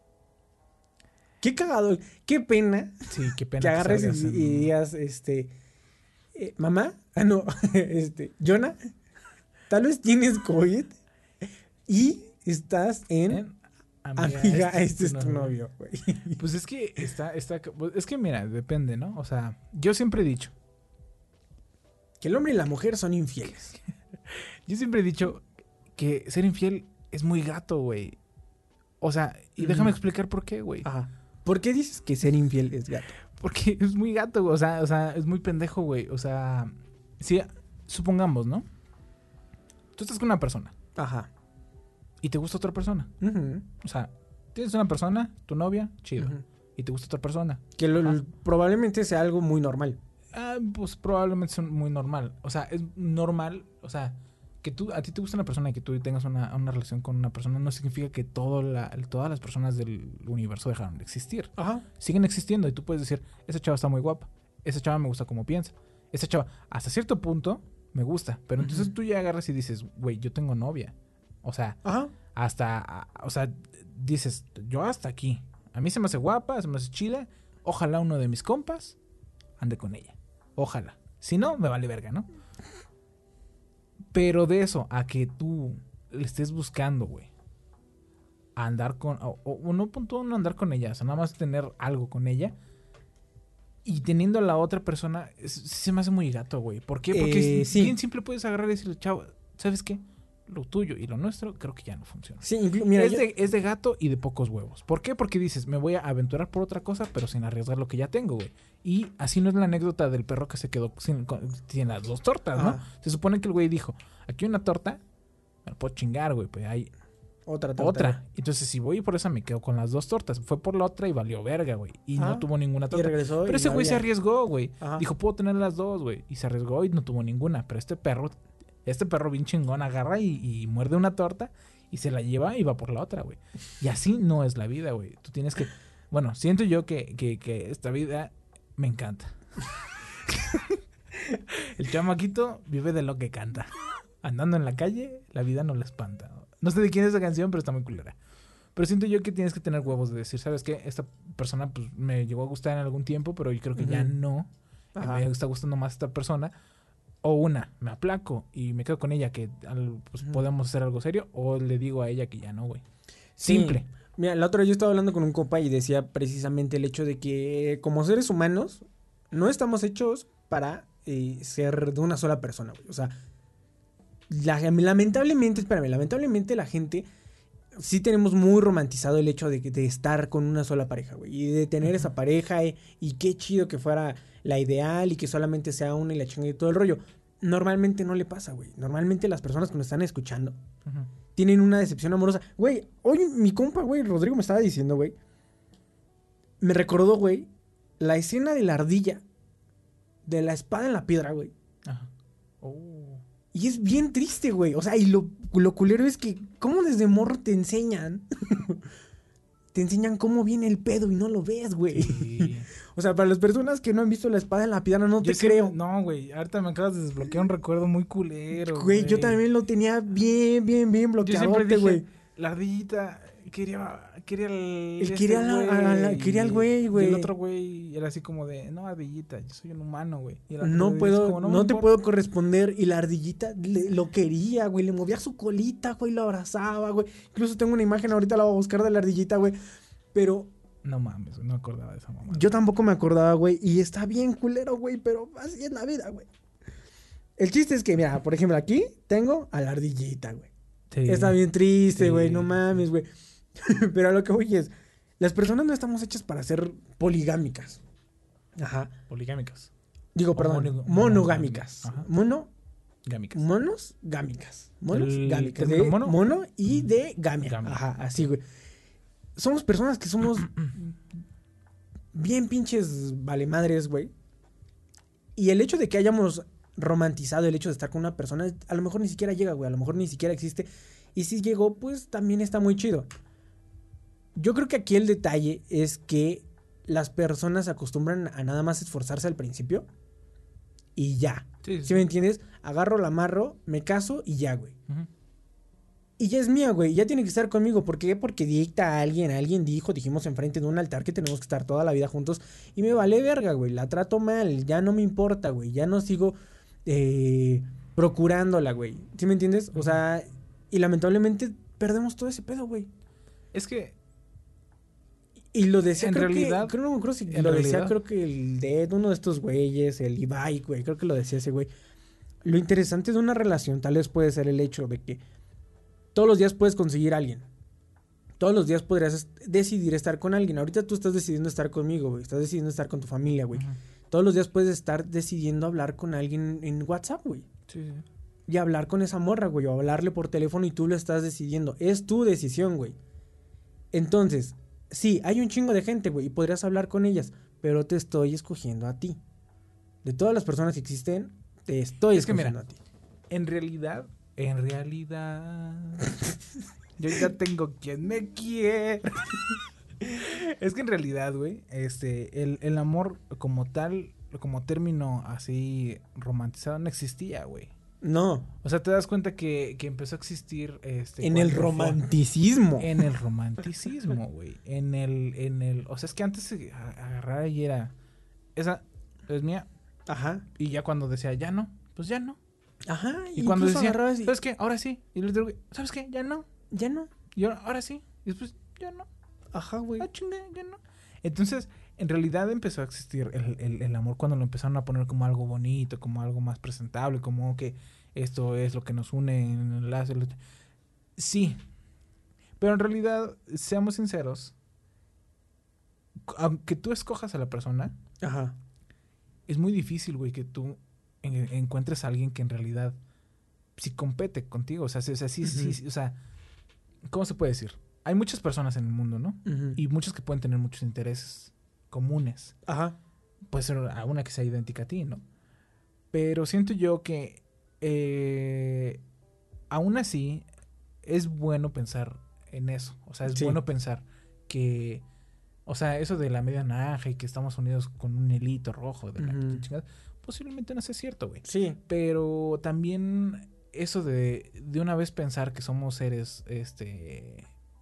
Qué cagado, qué pena. Sí, qué pena. Que agarres que y, en... y digas, este, eh, mamá, ah no, este, Jonah, tal vez tienes COVID y estás en, en amiga, amiga, este, este es tu novio, güey. Pues es que está, está, es que mira, depende, ¿no? O sea, yo siempre he dicho que el hombre y la mujer son infieles. Yo siempre he dicho que ser infiel es muy gato, güey. O sea, y déjame mm. explicar por qué, güey. Ajá. ¿Por qué dices que ser infiel es gato? Porque es muy gato, güey. O sea, o sea, es muy pendejo, güey. O sea, si supongamos, ¿no? Tú estás con una persona. Ajá. Y te gusta otra persona. Uh-huh. O sea, tienes una persona, tu novia, chido. Uh-huh. Y te gusta otra persona. Que lo, probablemente sea algo muy normal. Ah, pues probablemente es muy normal. O sea, es normal, o sea... Que tú, a ti te gusta una persona y que tú tengas una, una relación con una persona no significa que todo la, todas las personas del universo dejaron de existir. Ajá. Siguen existiendo y tú puedes decir, esa chava está muy guapa, esa chava me gusta como piensa, esa chava hasta cierto punto me gusta, pero uh-huh. entonces tú ya agarras y dices, güey, yo tengo novia. O sea, Ajá. hasta, a, o sea, dices, yo hasta aquí. A mí se me hace guapa, se me hace chila, ojalá uno de mis compas ande con ella. Ojalá. Si no, me vale verga, ¿no? Pero de eso a que tú le estés buscando, güey, a andar con... O, o no punto no andar con ella, o sea, nada más tener algo con ella. Y teniendo a la otra persona, es, se me hace muy gato, güey. ¿Por qué? Porque eh, sí. bien simple puedes agarrar y decirle, chavo, ¿sabes qué? Lo tuyo y lo nuestro creo que ya no funciona. Sí, inclu- mira, es, yo... de, es de gato y de pocos huevos. ¿Por qué? Porque dices, me voy a aventurar por otra cosa, pero sin arriesgar lo que ya tengo, güey. Y así no es la anécdota del perro que se quedó sin, sin las dos tortas, ¿no? Ah. Se supone que el güey dijo, aquí hay una torta, me la puedo chingar, güey, pues hay otra torta. Otra. Entonces, si voy por esa, me quedo con las dos tortas. Fue por la otra y valió verga, güey. Y ah. no tuvo ninguna torta. Y regresó pero y ese güey había... se arriesgó, güey. Ajá. Dijo, puedo tener las dos, güey. Y se arriesgó y no tuvo ninguna. Pero este perro... Este perro bien chingón agarra y, y muerde una torta y se la lleva y va por la otra, güey. Y así no es la vida, güey. Tú tienes que... Bueno, siento yo que, que, que esta vida me encanta. El chamaquito vive de lo que canta. Andando en la calle, la vida no le espanta. No sé de quién es esa canción, pero está muy culera. Pero siento yo que tienes que tener huevos de decir, ¿sabes qué? Esta persona pues me llegó a gustar en algún tiempo, pero yo creo que uh-huh. ya no. Me está gustando más esta persona. O una, me aplaco y me quedo con ella, que pues, uh-huh. podemos hacer algo serio. O le digo a ella que ya no, güey. Simple. Sí. Mira, la otra vez yo estaba hablando con un compa y decía precisamente el hecho de que como seres humanos no estamos hechos para eh, ser de una sola persona, güey. O sea, la, lamentablemente, espérame, lamentablemente la gente sí tenemos muy romantizado el hecho de, de estar con una sola pareja, güey. Y de tener uh-huh. esa pareja y, y qué chido que fuera la ideal y que solamente sea una y la chinga y todo el rollo. normalmente no le pasa, güey. Normalmente las personas que nos están escuchando Ujú. tienen una decepción amorosa. Güey, hoy mi compa, güey, Rodrigo me estaba diciendo, güey. Me recordó, güey, la escena de la ardilla. De la espada en la piedra, güey. Ajá. Oh. Y es bien triste, güey. O sea, y lo, lo culero es que, ¿cómo desde morro te enseñan? Te enseñan cómo viene el pedo y no lo ves, güey. Sí. O sea, para las personas que no han visto la espada en la piedra, no Yo te sí- creo. No, güey. Ahorita me acabas de desbloquear un recuerdo muy culero. Güey, yo también lo tenía bien, bien, bien Yo siempre bloqueadote, dije, güey. la ardillita quería, quería el... Él este quería la- güey, a la- quería al güey, y güey. el otro güey era así como de, no, ardillita, yo soy un humano, güey. Y el otro No güey es puedo, como, no, me te importa". puedo corresponder. Y la ardillita le- lo quería, güey. Le movía su colita, güey. Lo abrazaba, güey. Incluso tengo una imagen, ahorita la voy a buscar de la ardillita, güey. Pero No mames, güey, no me acordaba de esa mamá. yo tampoco me acordaba, güey. Y está bien culero, güey. Pero así es la vida, güey. El chiste es que, mira, por ejemplo, aquí tengo a la ardillita, güey. Sí. Está bien triste, Sí, güey. No sí. mames, güey. Pero a lo que voy es, las personas no estamos hechas para ser poligámicas. Ajá. Poligámicas. Digo, O perdón, mono- monogámicas. Ajá. Mono, Gámicas. monos, gámicas. Monos, El gámicas. término De mono. mono y de gamia. Gamia. Ajá, así, güey. Somos personas que somos bien pinches valemadres, güey. Y el hecho de que hayamos romantizado el hecho de estar con una persona, a lo mejor ni siquiera llega, güey. A lo mejor ni siquiera existe. Y si llegó, pues también está muy chido. Yo creo que aquí el detalle es que las personas se acostumbran a nada más esforzarse al principio y ya. Sí, sí. ¿Sí me entiendes? Agarro, la amarro, me caso y ya, güey. Ujú. Y ya es mía, güey. Ya tiene que estar conmigo. ¿Por qué? Porque dicta a alguien. Alguien dijo, dijimos enfrente de un altar que tenemos que estar toda la vida juntos. Y me vale verga, güey. La trato mal. Ya no me importa, güey. Ya no sigo eh, procurándola, güey. ¿Sí me entiendes? O sea, y lamentablemente perdemos todo ese pedo, güey. Es que Y lo decía, En creo realidad- que, creo, no me acuerdo si en lo decía, realidad- creo que el de uno de estos güeyes, el Ibai, güey, creo que lo decía ese güey. Lo interesante de una relación tal vez puede ser el hecho de que todos los días puedes conseguir a alguien. Todos los días podrías es- decidir estar con alguien. Ahorita tú estás decidiendo estar conmigo, güey. Estás decidiendo estar con tu familia, güey. Ujú. Todos los días puedes estar decidiendo hablar con alguien en WhatsApp, güey. Sí, sí. Y hablar con esa morra, güey. O hablarle por teléfono y tú lo estás decidiendo. Es tu decisión, güey. Entonces, sí, hay un chingo de gente, güey. Y podrías hablar con ellas. Pero te estoy escogiendo a ti. De todas las personas que existen, te estoy Es que mira, escogiendo a ti. En realidad, en realidad, yo ya tengo quien me quiere. Es que en realidad, güey, este, el, el amor como tal, como término así romantizado no existía, güey. No, O sea, te das cuenta que, que empezó a existir este en el cuando fue- romanticismo. En el romanticismo, güey. En el, en el, o sea, es que antes se a- agarraba y era, esa es mía. Ajá. Y ya cuando decía, ya no, pues ya no. Ajá. Y cuando incluso decía, agarrabas y- ¿sabes qué? Ahora sí. Y el otro güey, ¿sabes qué? Ya no. ya no. Y ahora, ahora sí. Y después, ya no. Ajá, güey. Ah, chinga, ya no. Entonces, en realidad empezó a existir el, el, el amor cuando lo empezaron a poner como algo bonito, como algo más presentable, como que esto es lo que nos une en el lazo. el- Sí. Pero en realidad, seamos sinceros, aunque tú escojas a la persona, Ajá. es muy difícil, güey, que tú en- encuentres a alguien que en realidad sí compete contigo. O sea, sí, o sea, sí, sí, Ujú. sí, o sea, ¿cómo se puede decir? Hay muchas personas en el mundo, ¿no? Ujú. Y muchas que pueden tener muchos intereses comunes. Ajá. Puede ser a una que sea idéntica a ti, ¿no? Pero siento yo que eh, aún así es bueno pensar en eso. O sea, es Sí. bueno pensar que, o sea, eso de la media naranja y que estamos unidos con un hilito rojo de la Ujú. chingada, posiblemente no sea cierto, güey. Sí. Pero también eso de, de una vez pensar que somos seres, este,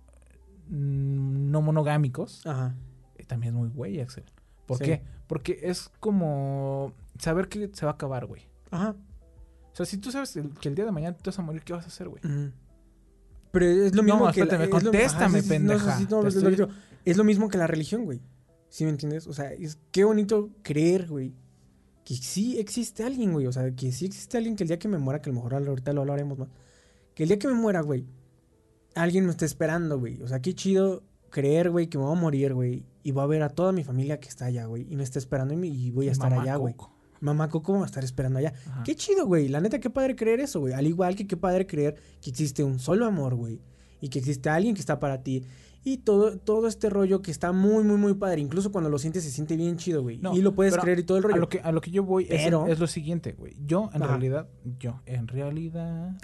mm, no monogámicos, Ajá. eh, también es muy güey, Axel. ¿Por Sí. qué? Porque es como saber que se va a acabar, güey. Ajá. O sea, si tú sabes el- que el día de mañana te vas a morir, ¿qué vas a hacer, güey? Ujú. Pero es lo No, mismo que... espérate, la- es lo- contéstame, ajá, sí, sí, sí, no, pendeja. sí, sí, no, Te es lo estoy- que digo. Es lo mismo que la religión, güey. ¿Sí me entiendes? O sea, es qué bonito creer, güey. Que sí existe alguien, güey. O sea, que sí existe alguien que el día que me muera, que a lo mejor ahorita lo hablaremos más. Que el día que me muera, güey, alguien me está esperando, güey. O sea, qué chido creer, güey, que me voy a morir, güey. Y voy a ver a toda mi familia que está allá, güey. Y me está esperando y, me- y voy a Y estar mamá allá, güey. Coco. Mamá Coco va a estar esperando allá. Ajá. Qué chido, güey. La neta, qué padre creer eso, güey. Al igual que qué padre creer que existe un solo amor, güey. Y que existe alguien que está para ti. Y todo, todo este rollo que está muy, muy, muy padre. Incluso cuando lo sientes se siente bien chido, güey. No, y lo puedes pero creer y todo el rollo. A lo que, a lo que yo voy es- Pero- es, lo siguiente, güey. Yo, en Ajá. realidad, yo, en realidad...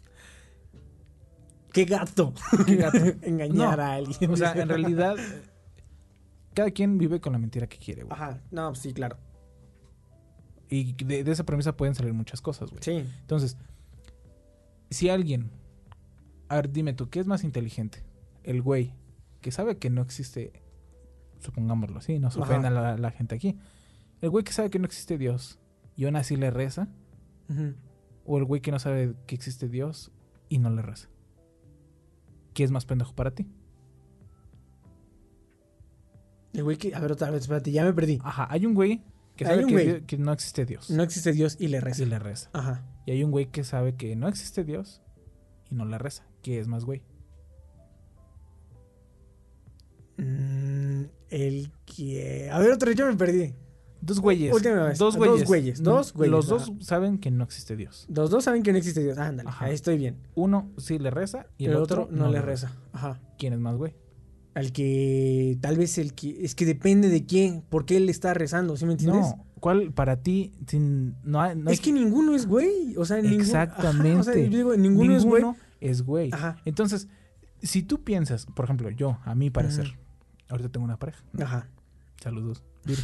¡Qué gato! ¿Qué gato? Engañar No, a alguien. O sea, en realidad, cada quien vive con la mentira que quiere, güey. Ajá. No, sí, claro. Y de, de esa premisa pueden salir muchas cosas, güey. Sí. Entonces, si alguien... A ver, dime tú, ¿qué es más inteligente? El güey que sabe que no existe... Supongámoslo así, no se Ajá. ofenda a la, la gente aquí. El güey que sabe que no existe Dios y aún así le reza. Ujú. O el güey que no sabe que existe Dios y no le reza. ¿Qué es más pendejo para ti? El güey que... A ver, otra vez, espérate, ya me perdí. Ajá, hay un güey que Hay sabe un que, güey. Dios- que no existe Dios No existe Dios y le reza. y le reza. Ajá. Y hay un güey que sabe que no existe Dios y no le reza. ¿Qué es más güey? Mm, el que... A ver, otra vez, yo me perdí. Dos güeyes. Última vez. Dos Dos güeyes. güeyes, dos güeyes, Los dos ajá. saben que no existe Dios. Los dos saben que no existe Dios. Ándale, Ajá. ahí estoy bien. Uno sí le reza y el, el otro no, le reza. reza. Ajá. ¿Quién es más güey? Al que tal vez el que... Es que depende de quién, por qué él está rezando, ¿sí me entiendes? No, ¿cuál para ti? Sin, no hay, no hay- es que ninguno es güey. O sea, ningún... Exactamente. Ajá, o sea, yo digo, ninguno, es güey. es güey. Ajá. Entonces, si tú piensas, por ejemplo, yo, a mi parecer, Ujú. ahorita tengo una pareja. ¿no? Ajá. Saludos. Viri.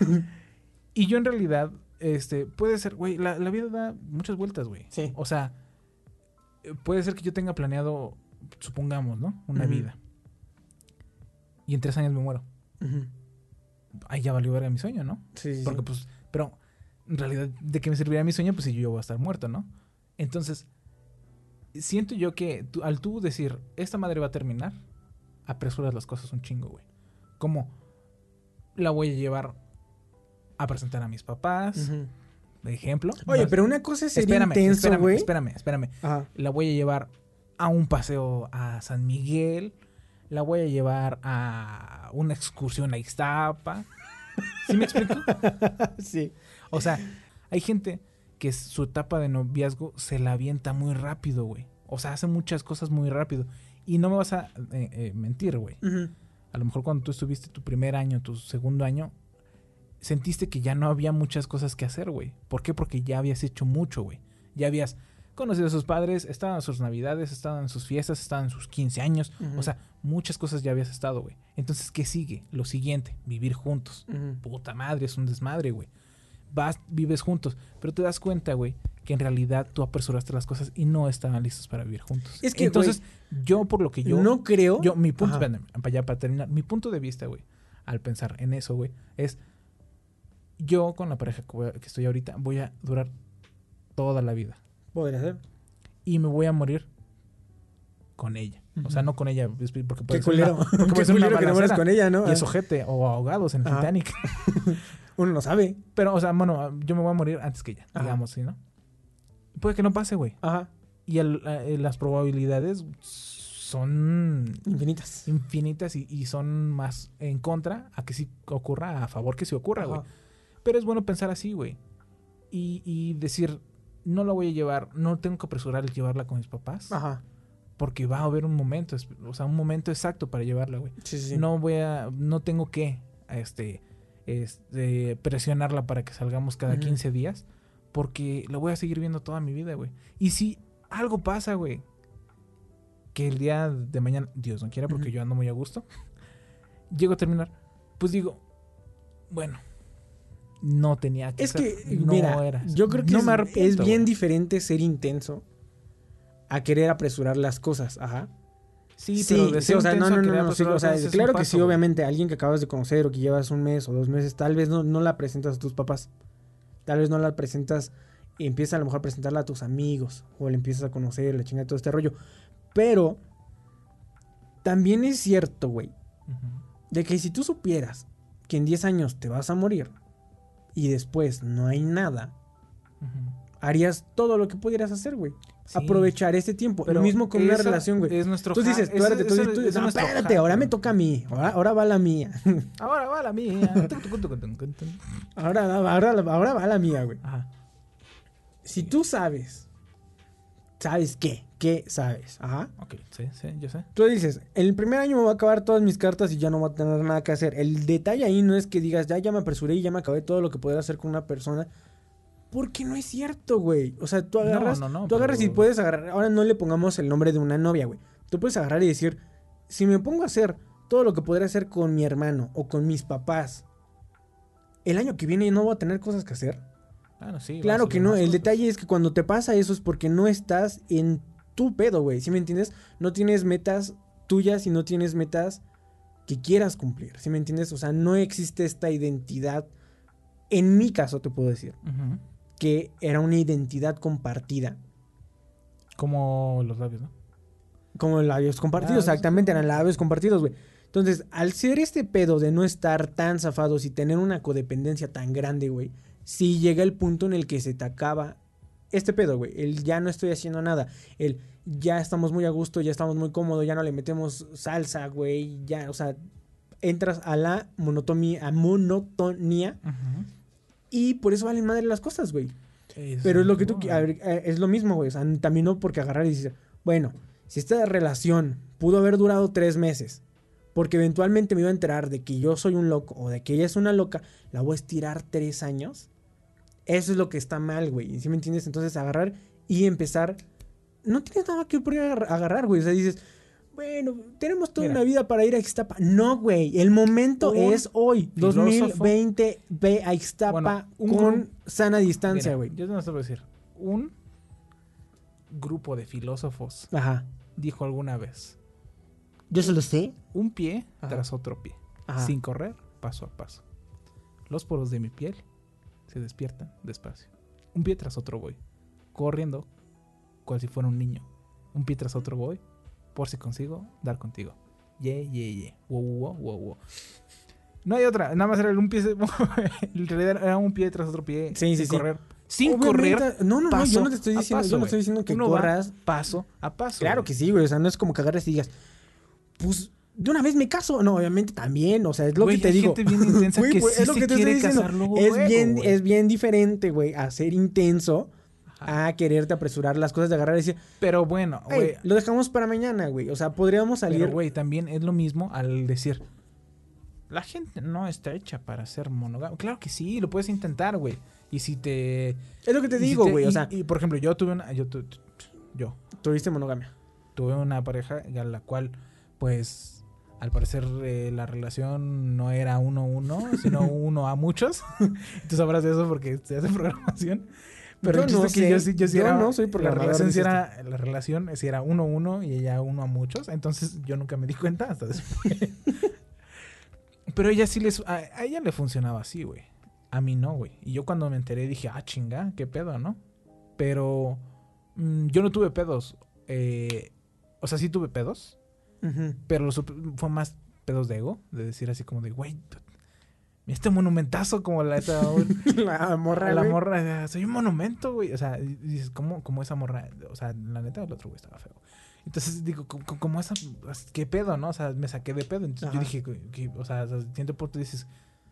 Y yo en realidad, este, puede ser, güey, la, la vida da muchas vueltas, güey. Sí. O sea, eh, puede ser que yo tenga planeado, supongamos, ¿no? Una Ujú. vida. Y en tres años me muero. Ujú. Ahí ya valió verga mi sueño, ¿no? Sí, sí, Porque sí. pues, pero en realidad, ¿de qué me serviría mi sueño? Pues si yo voy a estar muerto, ¿no? Entonces, siento yo que tú- al tú decir, esta madre va a terminar, apresuras las cosas un chingo, güey. Como la voy a llevar a presentar a mis papás, Ujú. de ejemplo. Oye, Vas- pero una cosa sería espérame, intenso, espérame, güey. espérame, espérame. Ajá. La voy a llevar a un paseo a San Miguel, la voy a llevar a una excursión a Ixtapa. ¿Sí me explico? Sí. O sea, hay gente que su etapa de noviazgo se la avienta muy rápido, güey. O sea, hace muchas cosas muy rápido. Y no me vas a eh, eh, mentir, güey. Ujú. A lo mejor cuando tú estuviste tu primer año, tu segundo año, sentiste que ya no había muchas cosas que hacer, güey. ¿Por qué? Porque ya habías hecho mucho, güey. Ya habías conocido a sus padres, estaban en sus navidades, estaban en sus fiestas, estaban en sus quince años. Ujú. O sea, muchas cosas ya habías estado, güey. Entonces, ¿qué sigue? Lo siguiente, vivir juntos. Ujú. Puta madre, es un desmadre, güey. Vas, vives juntos, pero te das cuenta, güey, que en realidad tú apresuraste las cosas y no estaban listos para vivir juntos. Es que, entonces, yo por lo que yo no creo. yo mi punto, Ajá. espérame, para ya para terminar, mi punto de vista, güey, al pensar en eso, güey, es yo con la pareja que, voy a- que estoy ahorita voy a durar toda la vida Podría ser. y me voy a morir con ella. O sea, Ujú. no con ella, es- porque puede Qué ser una- culero. porque Qué puede ser una culero que te mueras balacera con ella, ¿no? y es ojete o ahogados en el Ajá. Titanic. Uno no sabe. Pero, o sea, bueno, yo me voy a morir antes que ella, Ajá. digamos, ¿sí, no? Puede que no pase, güey. Ajá. Y el- eh, las probabilidades son Infinitas. infinitas y, y son más en contra a que sí ocurra, a favor que sí ocurra, Ajá. güey. Pero es bueno pensar así, güey. Y, y decir, no la voy a llevar, no tengo que apresurar el llevarla con mis papás. Ajá. Porque va a haber un momento, es- o sea, un momento exacto para llevarla, güey. Sí, sí, sí. No voy a, no tengo que, este, este, presionarla para que salgamos cada Ujú. quince días. Porque la voy a seguir viendo toda mi vida, güey. Y si algo pasa, güey, que el día de mañana, Dios no quiera, porque Ujú. yo ando muy a gusto, llego a terminar, pues digo, bueno, no tenía que Es ser, que, no mira, era, yo creo que no es, me es arrepiento, bien güey. diferente ser intenso a querer apresurar las cosas. Ajá. Sí, Sí, pero de sí, ser o sea, no, intenso a no, no, querer no, sí, apresurar o sea, las cosas es claro un que paso, sí, güey. obviamente, alguien que acabas de conocer o que llevas un mes o dos meses, tal vez no, no la presentas a tus papás, tal vez no la presentas y empiezas a lo mejor a presentarla a tus amigos o le empiezas a conocer, la chinga todo este rollo, pero también es cierto, güey, Ujú. de que si tú supieras que en diez años te vas a morir y después no hay nada, Ujú. harías todo lo que pudieras hacer, güey. Sí. aprovechar este tiempo. Pero Lo mismo con una esa relación, güey. es nuestro Tú ja- dices, eso- espérate, tú, eso- tú- eso es no, nuestro espérate, ja- ahora me toca a mí. Ahora, ahora va la mía. Ahora va la mía. ahora, ahora, ahora va la mía, güey. Ajá. Si tú sabes, ¿sabes qué? ¿Qué sabes? Ajá. Ok, sí, sí, yo sé. Tú dices, el primer año me voy a acabar todas mis cartas y ya no voy a tener nada que hacer. El detalle ahí no es que digas, ya, ya me apresuré y ya me acabé todo lo que podría hacer con una persona. Porque no es cierto, güey. O sea, tú agarras, No, no, no, tú agarras pero- y puedes agarrar. Ahora no le pongamos el nombre de una novia, güey. Tú puedes agarrar y decir, si me pongo a hacer todo lo que podría hacer con mi hermano o con mis papás, el año que viene no voy a tener cosas que hacer. Claro, sí. Claro vamos a que hacer no, más el cosas. detalle es que cuando te pasa eso es porque no estás en tu pedo, güey, ¿sí me entiendes? No tienes metas tuyas y no tienes metas que quieras cumplir, ¿sí me entiendes? O sea, no existe esta identidad, en mi caso te puedo decir, Ujú. que era una identidad compartida, Como los labios, ¿no? como labios compartidos, Ah, exactamente, eran labios compartidos, güey. Entonces, al ser este pedo de no estar tan zafados y tener una codependencia tan grande, güey, sí llega el punto en el que se te acaba este pedo, güey. El ya no estoy haciendo nada. El ya estamos muy a gusto, ya estamos muy cómodos, ya no le metemos salsa, güey. Ya, o sea, entras a la monotonía, a monotonía Ujú. y por eso valen madre las cosas, güey. Es Pero es lo un que tú, problema. a ver, eh, es lo mismo, güey. O sea, también no porque agarrar y decir, bueno, si esta relación pudo haber durado tres meses, porque eventualmente me iba a enterar de que yo soy un loco o de que ella es una loca, la voy a estirar tres años. Eso es lo que está mal, güey. ¿Sí me entiendes? Entonces agarrar y empezar. No tienes nada que por agar- agarrar, güey. O sea, dices, bueno, tenemos toda Mira. una vida para ir a Ixtapa. No, güey. El momento Un es hoy. filósofo. dos mil veinte, ve a Ixtapa Bueno, un con grupo- sana distancia, Mira, güey. yo no sé decir. Un grupo de filósofos Ajá. dijo alguna vez: Yo se lo sé. un pie Ajá. tras otro pie, Ajá. sin correr, paso a paso. Los poros de mi piel se despiertan despacio. Un pie tras otro voy, corriendo, cual si fuera un niño. Un pie tras otro voy, por si consigo dar contigo. Ye, ye, ye. Wow, wow, wow, wow. No hay otra, nada más era el un pie. En realidad era un pie tras otro pie, Sí, sí, sin sí. correr. Sin Obviamente- correr. No, no, no. paso Yo no te estoy a diciendo, paso, yo no güey. estoy diciendo que Uno va corras. paso a paso. Claro güey. que sí, güey. O sea, no es como que agarres y digas, pues de una vez me caso. No, obviamente también. O sea, es lo Güey, que te hay digo. gente bien intensa Güey, que pues, sí es lo se que te quiere estoy diciendo. casar luego, es, luego, bien, güey. es bien diferente, güey, a ser intenso, Ajá. a quererte apresurar las cosas, de agarrar y decir, Pero bueno, "Ey, güey. lo dejamos para mañana, güey. O sea, podríamos salir. Pero, güey, también es lo mismo al decir: la gente no está hecha para ser monógama. Claro que sí, lo puedes intentar, güey. Y si te. es lo que te y si digo, güey. y- O sea, Y, por ejemplo, yo tuve una. Yo, tu- tu- yo tuviste monogamia. tuve una pareja a la cual, pues. Al parecer eh, la relación no era uno a uno, sino uno a muchos. Tú sabrás de eso porque se hace programación. Pero Yo el chiste no es que sé. yo sí, yo sí Yo era. no soy la programador, relación sí dices era, la relación sí era uno a uno y ella uno a muchos. Entonces yo nunca me di cuenta hasta después. Pero ella sí les. A, a ella le funcionaba así, güey. A mí no, güey. Y yo cuando me enteré dije, ah, chinga, qué pedo, ¿no? Pero mm, yo no tuve pedos. Eh, o sea, sí tuve pedos. Ujú. Pero lo supe- fue más pedos de ego. De decir así como de, güey, este monumentazo como la esa, La morra, la güey. morra, soy un monumento, güey. O sea, y dices, ¿cómo, cómo esa morra? O sea, la neta, el otro güey estaba feo. Entonces digo, ¿cómo, cómo esa? ¿Qué pedo, no? O sea, me saqué de pedo. Entonces Ajá. yo dije, que- que- o sea, siento por tú dices,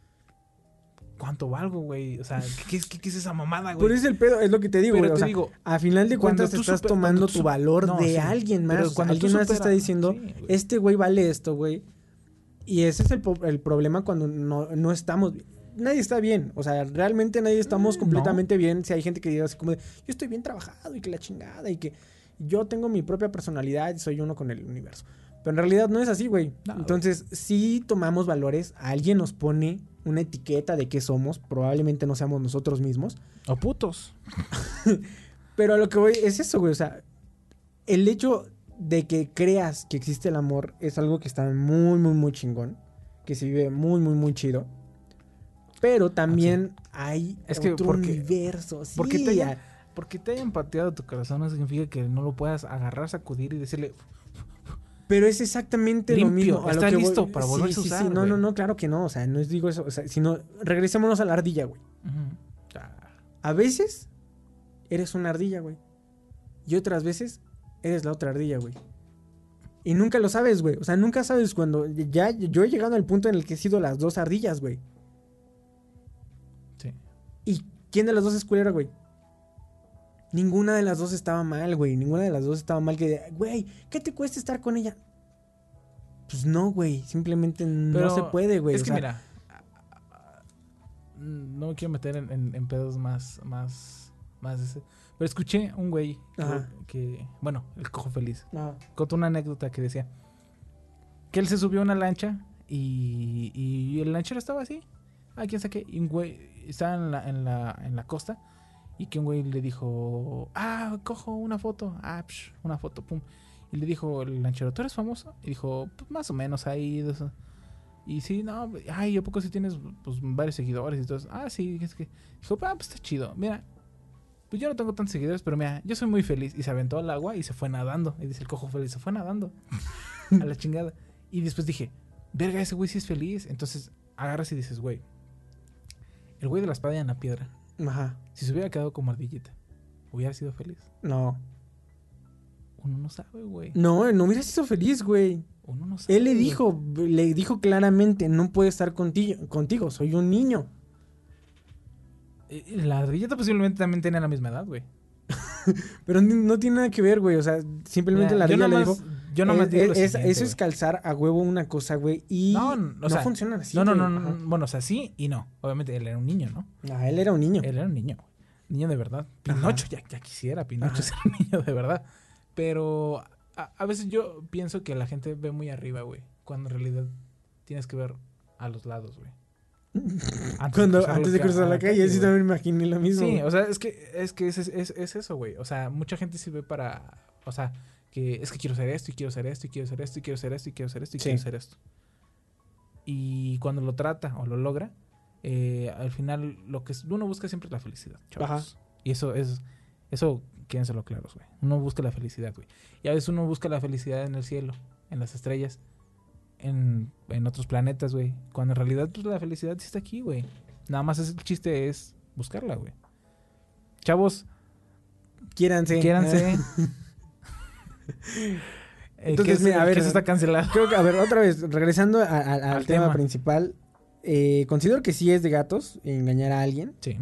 ¿cuánto valgo, güey? O sea, ¿qué, qué, qué es esa mamada, güey? Por eso el pedo, es lo que te digo, Pero güey. O te sea, digo, a final de cuando cuentas tú estás super- tomando cuando tú tu sup- valor no, de sí, alguien más. pero O sea, cuando tú alguien más te supera- está diciendo, sí, güey. este güey vale esto, güey. Y ese es el, po- el problema cuando no, no estamos bien. Nadie está bien. O sea, realmente nadie estamos Mm, completamente bien. Si hay gente que diga así como de, yo estoy bien trabajado y que la chingada y que yo tengo mi propia personalidad y soy uno con el universo. Pero en realidad no es así, güey. No, güey. Entonces, si tomamos valores, alguien nos pone una etiqueta de qué somos. Probablemente no seamos nosotros mismos. O putos. Pero a lo que voy es eso, güey. O sea, el hecho de que creas que existe el amor es algo que está muy, muy, muy chingón. Que se vive muy, muy, muy chido. Pero también hay Es que otro porque- universo. Sí, porque te hayan- a- Porque te hayan pateado tu corazón no significa que no lo puedas agarrar, sacudir y decirle, Pero es exactamente Limpio, lo mismo. a lo está que listo voy- para sí, volverse sí, a sí, usar, No, güey. no, no, claro que no. O sea, no es digo eso. O sea, sino regresémonos a la ardilla, güey. ujú, ah, A veces eres una ardilla, güey. y otras veces eres la otra ardilla, güey. Y nunca lo sabes, güey. O sea, nunca sabes cuando... Ya yo he llegado al punto en el que he sido las dos ardillas, güey. Sí. ¿Y quién de las dos es culera, güey? Ninguna de las dos estaba mal, güey. Ninguna de las dos estaba mal. Que, güey, ¿qué te cuesta estar con ella? Pues no, güey. Simplemente Pero no se puede, güey. Es o que sea, mira, no me quiero meter en, en, en pedos más, más, más de ese. Pero escuché un güey Ajá. que, que, bueno, el cojo feliz, no. contó una anécdota que decía que él se subió a una lancha y, y el lanchero estaba así, ah, quién sabe qué, y un güey estaba en la, en la, en la costa y que un güey le dijo, ah, cojo una foto, ah, psh, una foto, pum. Y le dijo el lanchero, ¿tú eres famoso? Y dijo, pues más o menos ahí. De eso. Y sí, no, ay, ¿a poco sí tienes pues varios seguidores y todo eso? Ah, sí, es que... Dijo, ah, pues está chido. Mira, pues yo no tengo tantos seguidores, pero mira, yo soy muy feliz. Y se aventó al agua y se fue nadando. Y dice el cojo feliz, se fue nadando. A la chingada. Y después dije, verga, ese güey sí es feliz. Entonces agarras y dices, güey, el güey de la espada en la piedra, Ajá. si se hubiera quedado como ardillita, ¿hubiera sido feliz? No. Uno no sabe, güey. No, no hubiera sido feliz, güey. Uno no sabe. Él le güey. dijo, le dijo claramente, no puedo estar contigo, contigo, soy un niño. Eh, La ardillita posiblemente también tenía la misma edad, güey. Pero ni- no tiene nada que ver, güey. O sea, simplemente Mira, la yo ardilla le nomás- dijo. yo nomás eh, digo lo es- siguiente, eso es güey. calzar a huevo una cosa, güey. Y No, no, o sea, funciona así. No, no, güey. no, Ajá. no. Bueno, o sea, sí y no. Obviamente él era un niño, ¿no? Ah, él era un niño. Él era un niño, güey. Niño de verdad. Ajá. Pinocho, ya, ya quisiera Pinocho Ajá. ser un niño de verdad. Pero a, a veces yo pienso que la gente ve muy arriba, güey. Cuando en realidad tienes que ver a los lados, güey. Antes Cuando cruzar antes los de ca- cruzar a la calle, sí güey. también me imaginé lo mismo. Sí, güey. o sea, es que es que es, es, es eso, güey. O sea, mucha gente sí ve para, o sea, que es que quiero ser esto y quiero ser esto y quiero ser esto y quiero ser esto y quiero ser esto y Sí. quiero ser esto. Y cuando lo trata o lo logra, eh, al final lo que es- uno busca siempre es la felicidad, chavos. Ajá. Y eso es eso quédenselo claros, güey. Uno busca la felicidad, güey. Y a veces uno busca la felicidad en el cielo, en las estrellas, en, en otros planetas, güey. Cuando en realidad pues la felicidad sí está aquí, güey. Nada más es, el chiste es buscarla, güey. Chavos, Quiéranse. quiéranse. Eh, Entonces, ¿qué mira, es- a ver, qué se está cancelado? Creo que, a ver, otra vez, regresando a- a- al, Al tema, tema. principal. eh, considero que sí es de gatos engañar a alguien. Sí.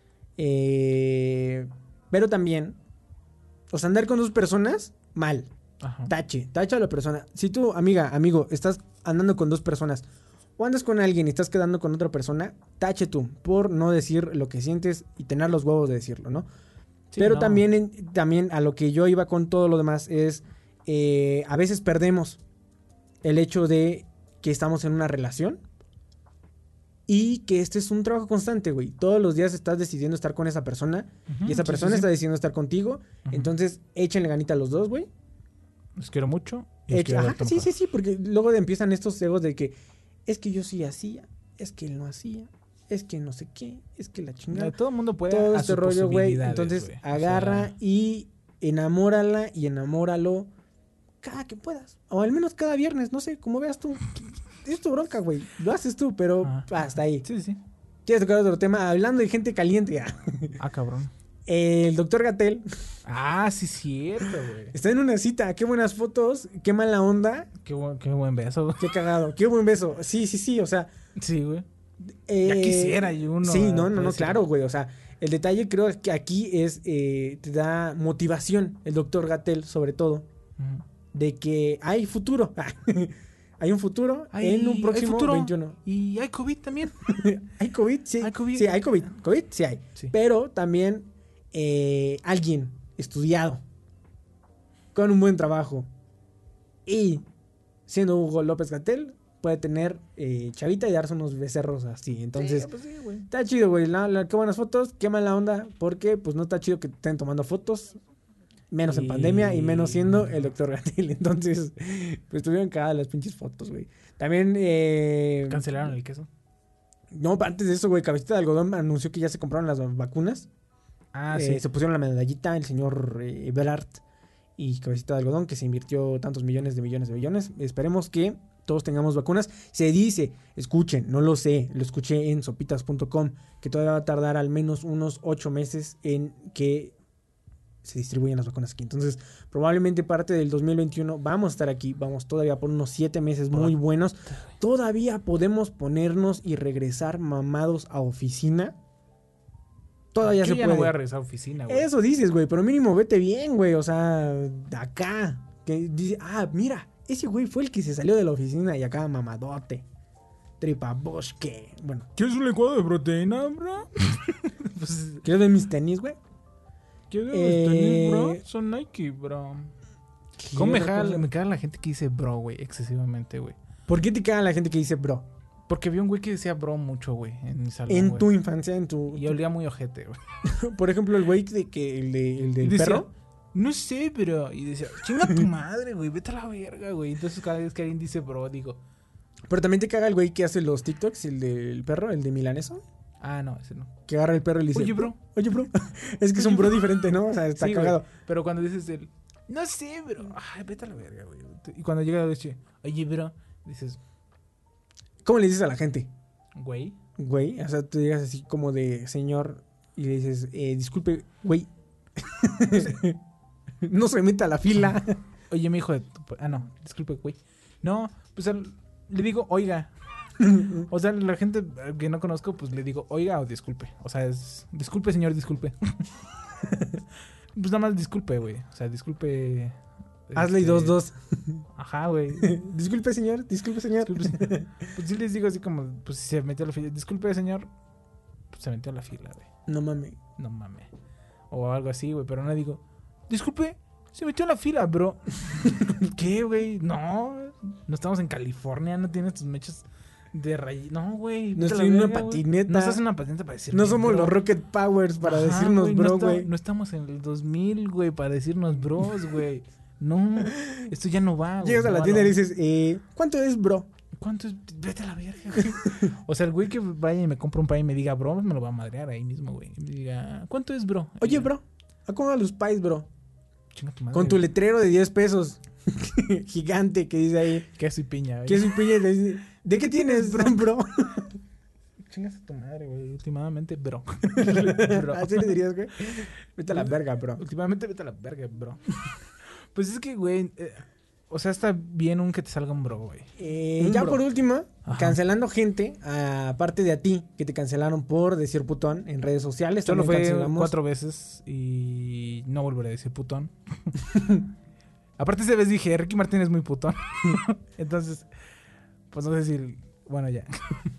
eh, pero también, o sea, andar con dos personas, mal. Ajá. Tache, tache a la persona. Si tú, amiga, amigo, estás andando con dos personas o andas con alguien y estás quedando con otra persona, tache tú por no decir lo que sientes y tener los huevos de decirlo, ¿no? Sí, Pero no. también, en- también a lo que yo iba con todo lo demás es, eh, a veces perdemos el hecho de que estamos en una relación y que este es un trabajo constante, güey. Todos los días estás decidiendo estar con esa persona Ujú, y esa sí, persona sí, sí. está decidiendo estar contigo. Ujú. Entonces, échenle ganita a los dos, güey. Los quiero mucho. y los Echa- quiero ver ajá, sí, triunfar. sí, sí, porque luego empiezan estos egos de que es que yo sí hacía, es que él no hacía, es que no sé qué, es que la chingada. No, todo el mundo puede Todo a este sus rollo, güey. posibilidades, Entonces, güey. O agarra sea, y enamórala y enamóralo cada que puedas. O al menos cada viernes, no sé, como veas tú. Es tu bronca, güey. Lo haces tú, pero Ajá. hasta ahí. Sí, sí. ¿Quieres tocar otro tema? Hablando de gente caliente. Ah, cabrón. El doctor Gatel Ah, sí, cierto, güey. está en una cita. Qué buenas fotos, qué mala onda, Qué buen, qué buen beso, güey. qué cagado, qué buen beso. Sí, sí, sí, o sea. Sí, güey. eh, Ya quisiera yo uno, Sí, eh, no, no, puede no, ser. claro, güey. O sea, el detalle creo que aquí es, eh, te da motivación, el doctor Gatel, sobre todo, Ujú. de que hay futuro. Hay un futuro Hay- en un hay próximo futuro. veintiuno. Y hay COVID también. ¿Hay COVID? Sí. Hay COVID. Sí, hay COVID. COVID sí hay. Sí. Pero también eh, alguien estudiado, con un buen trabajo, y siendo Hugo López Gatell, puede tener eh, chavita y darse unos becerros así. Entonces, Sí, pues sí, güey. está chido, güey. La, la- qué buenas fotos, qué mala onda, porque pues no está chido que estén tomando fotos. Menos en Y- pandemia y menos siendo el doctor Gatel. Entonces, pues estuvieron cagadas las pinches fotos, güey. También, eh, Cancelaron el queso. no, antes de eso, güey, Cabecita de Algodón anunció que ya se compraron las vacunas. Ah, Eh, sí. Se pusieron la medallita el señor eh, Belart y Cabecita de Algodón, que se invirtió tantos millones de millones de millones. Esperemos que todos tengamos vacunas. Se dice, escuchen, no lo sé, lo escuché en sopitas punto com, que todavía va a tardar al menos unos ocho meses en que se distribuyen las vacunas aquí. Entonces, probablemente parte del dos mil veintiuno vamos a estar aquí, vamos todavía por unos siete meses muy buenos. Todavía podemos ponernos y regresar mamados a oficina. Todavía se ya puede. no voy a regresar a oficina, güey. Eso dices, güey, pero mínimo vete bien, güey, o sea, de acá. Que dice, ah, mira, ese güey fue el que se salió de la oficina y acá mamadote. Tripa bosque. Bueno. ¿Quieres un licuado de proteína, bro? Pues, ¿Quieres ver mis tenis, güey? ¿Quieres Eh, ver mis tenis, bro? Son Nike, bro. ¿Cómo me otra caga, cosa? me caga la gente que dice bro, güey? Excesivamente, güey. ¿Por qué te caga la gente que dice bro? Porque vi un güey que decía bro mucho, güey, en mi salón, En güey. tu infancia, en tu... Y olía muy ojete, güey. Por ejemplo, el güey de que el, de, el del Y decía, perro. no sé, bro. Y decía, chinga tu madre, güey, vete a la verga, güey. Entonces cada vez que alguien dice bro, digo, Pero también te caga el güey que hace los TikToks, el del perro, el de Milaneso. ah, no, ese no. Que agarra el perro y le dice, Oye, bro. Oye, bro. Es que es un bro diferente, ¿no? O sea, está Sí, güey. cagado. Pero cuando dices el, no sé, bro. Ay, vete a la verga, güey. Y cuando llega a decir, oye, bro, dices, ¿Cómo le dices a la gente? güey. Güey, o sea, tú digas así como de señor y le dices, eh, disculpe, güey. No se meta a la fila. Oye, mi hijo de... tu- Ah, no, disculpe, güey. No, pues al- le digo, oiga. O sea, la gente que no conozco, pues le digo, oiga o disculpe. O sea, es... Disculpe, señor, disculpe. Pues nada más disculpe, güey. O sea, disculpe... Hazle y este, dos, dos. Ajá, güey. Disculpe, señor, disculpe, señor. Disculpe, señor. Pues sí les digo así como, pues si se metió a la fila. Disculpe, señor. Pues se metió a la fila, güey. No mames. No mames. O algo así, güey. Pero no digo, disculpe, se metió a la fila, bro. ¿Qué, güey? No, no estamos en California, no tienes tus mechas de rayitas. No, güey. No vete a estoy la en una verga, güey. patineta. No estás en una patineta para decirnos. No somos los Rocket Powers para Ajá, decirnos güey, bro, no está- güey. No estamos en el dos mil, güey, para decirnos bros, güey. No, esto ya no va, güey. Llegas a no la va, tienda y no. le dices, eh, ¿cuánto es, bro? ¿Cuánto es? Vete a la verga, güey. O sea, el güey que vaya y me compra un pay y me diga, bro, me lo va a madrear ahí mismo, güey. Y me diga, ¿cuánto es, bro? Y Oye, yo, bro, ¿a cómo van los pies, bro? Chinga tu madre. Con tu güey. letrero de diez pesos. Gigante que dice ahí. Queso y piña, güey. ¿Qué es un piña? Le dice, ¿de qué tienes, bro? bro? Chingas a tu madre, güey. Últimamente, bro. Bro. Así le dirías, güey. Vete a la verga, bro. Últimamente, vete a la verga, bro. Pues es que, güey, eh, o sea, está bien un que te salga un bro, güey. Eh, Un ya bro. por último, Ajá. cancelando gente, aparte de a ti, que te cancelaron por decir putón en redes sociales. Solo también fue cancelamos- cuatro veces y no volveré a decir putón. Aparte, esa vez dije, Ricky Martin es muy putón. Entonces, pues no sé si... Bueno, ya.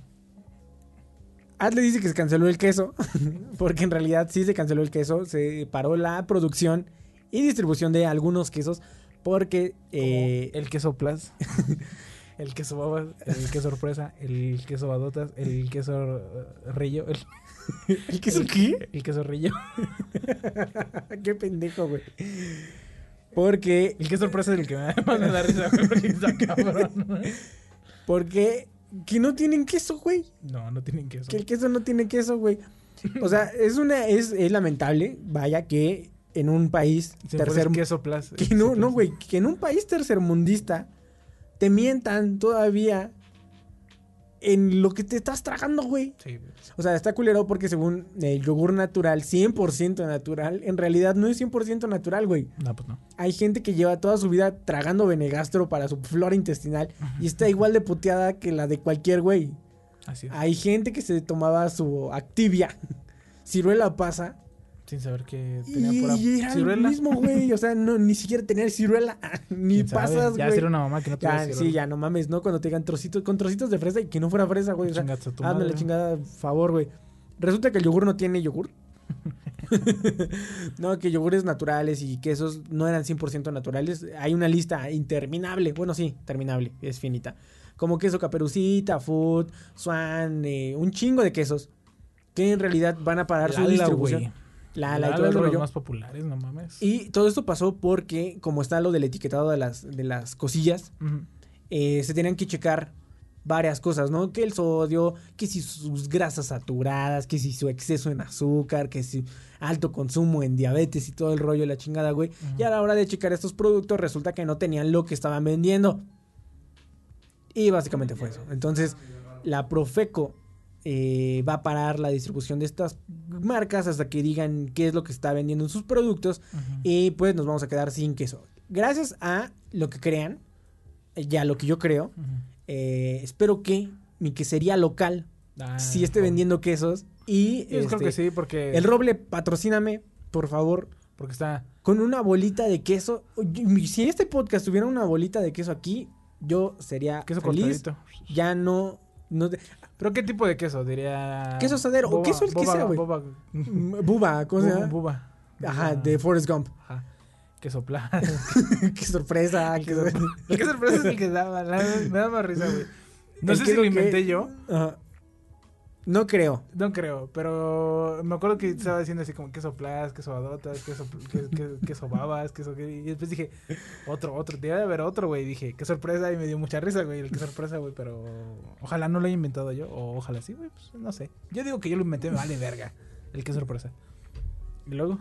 Ad le dice que se canceló el queso, porque en realidad sí se canceló el queso, se paró la producción y distribución de algunos quesos, porque... eh, El queso plus, el queso babas, el queso sorpresa, el queso badotas, el queso eh, rillo, el, ¿El queso qué? el queso rillo, Qué pendejo, güey. Porque... el queso sorpresa es el que me- más me da risa, güey, porque está cabrón. Porque... Que no tienen queso, güey. No, no tienen queso. Que el queso no tiene queso, güey. O sea, es una... Es, es lamentable, vaya, que en un país Se me fue tercer... el queso plus. Que el no, queso no, plus. güey. Que en un país tercermundista te mientan todavía en lo que te estás tragando, güey. Sí, güey. O sea, está culero porque según el yogur natural, cien por ciento natural, en realidad no es cien por ciento natural, güey. No, pues no. Hay gente que lleva toda su vida tragando Benegastro para su flora intestinal y está igual de puteada que la de cualquier güey. Así es. Hay gente que se tomaba su Activia, ciruela pasa, Sin saber que tenía y, pura y era ciruela. el mismo, güey. O sea, no, ni siquiera tener ciruela, ni ¿Quién sabe? pasas, Ya güey. ser una mamá que no tuviera Ya, ciruela. sí, ya, no mames, ¿no? Cuando te digan trocitos, con trocitos de fresa y que no fuera fresa, güey. O sea, Chingas a tu hazme la madre. chingada, favor, güey. Resulta que el yogur no tiene yogur. No, que yogures naturales y quesos no eran cien por ciento naturales. Hay una lista interminable. Bueno, sí, terminable, es finita. Como queso Caperucita, Food, Swan, eh, un chingo de quesos que en realidad van a parar su Lala, distribución. güey. Lala y Lala todo el es de los rollo. más populares, no mames. Y todo esto pasó porque, como está lo del etiquetado de las, de las cosillas, Ujú. eh, se tenían que checar varias cosas, ¿no? Que el sodio, que si sus grasas saturadas, que si su exceso en azúcar, que si alto consumo en diabetes y todo el rollo de la chingada, güey. Ujú. Y a la hora de checar estos productos resulta que no tenían lo que estaban vendiendo. Y básicamente fue eso. Entonces, la Profeco eh, va a parar la distribución de estas marcas hasta que digan qué es lo que está vendiendo en sus productos. Ujú. Y pues nos vamos a quedar sin queso. Gracias a lo que crean, ya lo que yo creo, Ujú. eh, espero que mi quesería local Ah, sí esté por- vendiendo quesos. Y Yo creo este, que sí, porque... el Roble, patrocíname, por favor, Porque está... con una bolita de queso. Oye, si este podcast tuviera una bolita de queso aquí, yo sería Queso feliz. cortadito. Ya no... no te- ¿Pero qué tipo de queso? Diría... Queso asadero, o queso el que boba- sea, güey. boba- Mm, Buba, ¿cómo se Buba, llama? buba. Ajá, Buba. de Forrest Gump. Ajá. Queso pla. Qué sorpresa. El qué queso- sor- ¿Qué sorpresa es el que daba? La- Me da más risa, güey. No El sé queso si lo que- inventé yo. Ajá. No creo. No creo, pero me acuerdo que estaba diciendo así como queso plas, queso badotas, queso, que- que- queso babas, queso... que- Y después dije, otro, otro, debe de haber otro, güey. Dije, qué sorpresa, y me dio mucha risa, güey, el qué sorpresa, güey, pero... Ojalá no lo haya inventado yo, o ojalá sí, güey, pues no sé. Yo digo que yo lo inventé, me vale verga, el qué sorpresa. Y luego...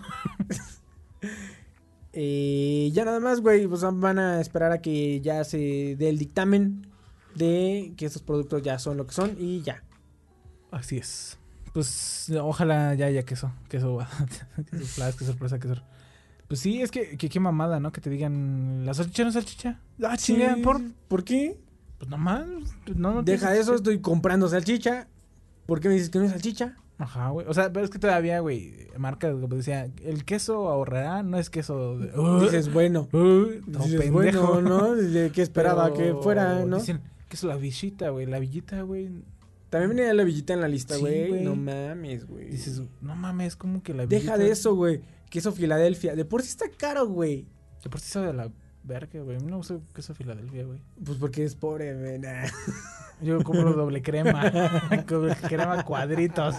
Eh, ya nada más, güey. Pues van a esperar a que ya se dé el dictamen de que estos productos ya son lo que son y ya. Así es. Pues ojalá ya haya queso, queso, queso flash, qué sorpresa, qué sor... Pues sí, es que, que qué mamada, ¿no? Que te digan, ¿la salchicha no es salchicha? Ah, chinga, Sí, por... ¿Por qué? Pues nomás, pues, no, no Deja tiene eso, salchicha. estoy comprando salchicha. ¿Por qué me dices que no es salchicha? Ajá, güey. O sea, pero es que todavía, güey, marca, como decía, el queso ahorrará, no es queso de... Uh, Dices, bueno. uh, todo Dices, pendejo. bueno, ¿no? ¿De qué esperaba Pero que fuera, no? Dicen, queso la villita, güey, la villita, güey. También venía la villita en la lista, Sí, güey. güey. No mames, güey. Dices, no mames, como que la villita... Deja de eso, güey. Queso Filadelfia. De por sí está caro, güey. De por sí sabe de la verga, güey. A mí no me gusta queso Filadelfia, güey. Pues porque es pobre, güey. Nah. Yo compro doble crema. Doble crema cuadritos.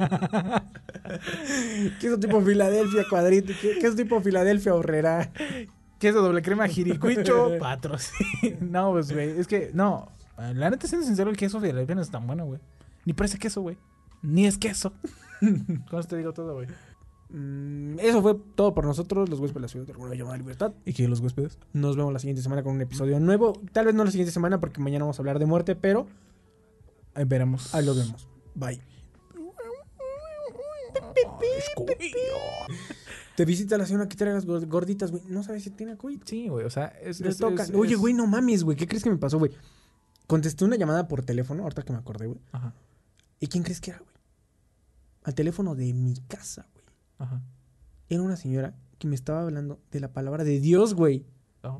Queso tipo Filadelfia, cuadrito. ¿Qué- Queso tipo Filadelfia, horrera. Queso doble crema jiricuicho, patrocínio. No, pues, güey. Es que, no. La neta, siendo sincero, el queso Filadelfia no es tan bueno, güey. Ni parece queso, güey. Ni es queso. Con eso te digo todo, güey. Mm, eso fue todo por nosotros, los huéspedes de la ciudad de alguna llamada libertad. ¿Y qué los huéspedes? Nos vemos la siguiente semana con un episodio nuevo. Tal vez no la siguiente semana porque mañana vamos a hablar de muerte, pero Ahí veremos. ahí lo vemos. Bye. Te visita la señora que trae las gor- gorditas, güey. No sabes si tiene COVID. Sí, güey. O sea, es. Le es- toca. es- Oye, es- güey, no mames, güey. ¿Qué crees que me pasó, güey? Contesté una llamada por teléfono, ahorita que me acordé, güey. Ajá. ¿Y quién crees que era, güey? Al teléfono de mi casa, güey. Ajá. Era una señora que me estaba hablando de la palabra de Dios, güey. No.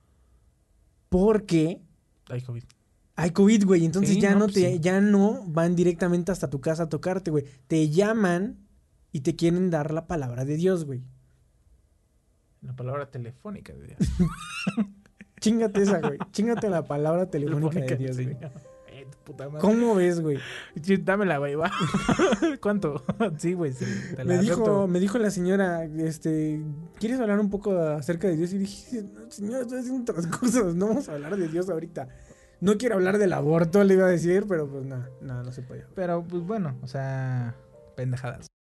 Porque Hay COVID. hay COVID, güey. Entonces Sí, ya no, no pues te, sí. ya no van directamente hasta tu casa a tocarte, güey. Te llaman y te quieren dar la palabra de Dios, güey. La palabra telefónica de Dios. Chíngate esa, güey. Chíngate la palabra telefónica de Dios, güey. Eh, tu puta madre. ¿Cómo ves, güey? Sí, dámela, güey, va. ¿Cuánto? Sí, güey, sí. Te la Me dijo, acepto. me dijo la señora, este, ¿quieres hablar un poco acerca de Dios? Y dije, no, señora, estoy haciendo otras cosas, no vamos a hablar de Dios ahorita. No quiero hablar del aborto, le iba a decir, pero pues nada, nada, no se podía. Pero, pues bueno, o sea, pendejadas.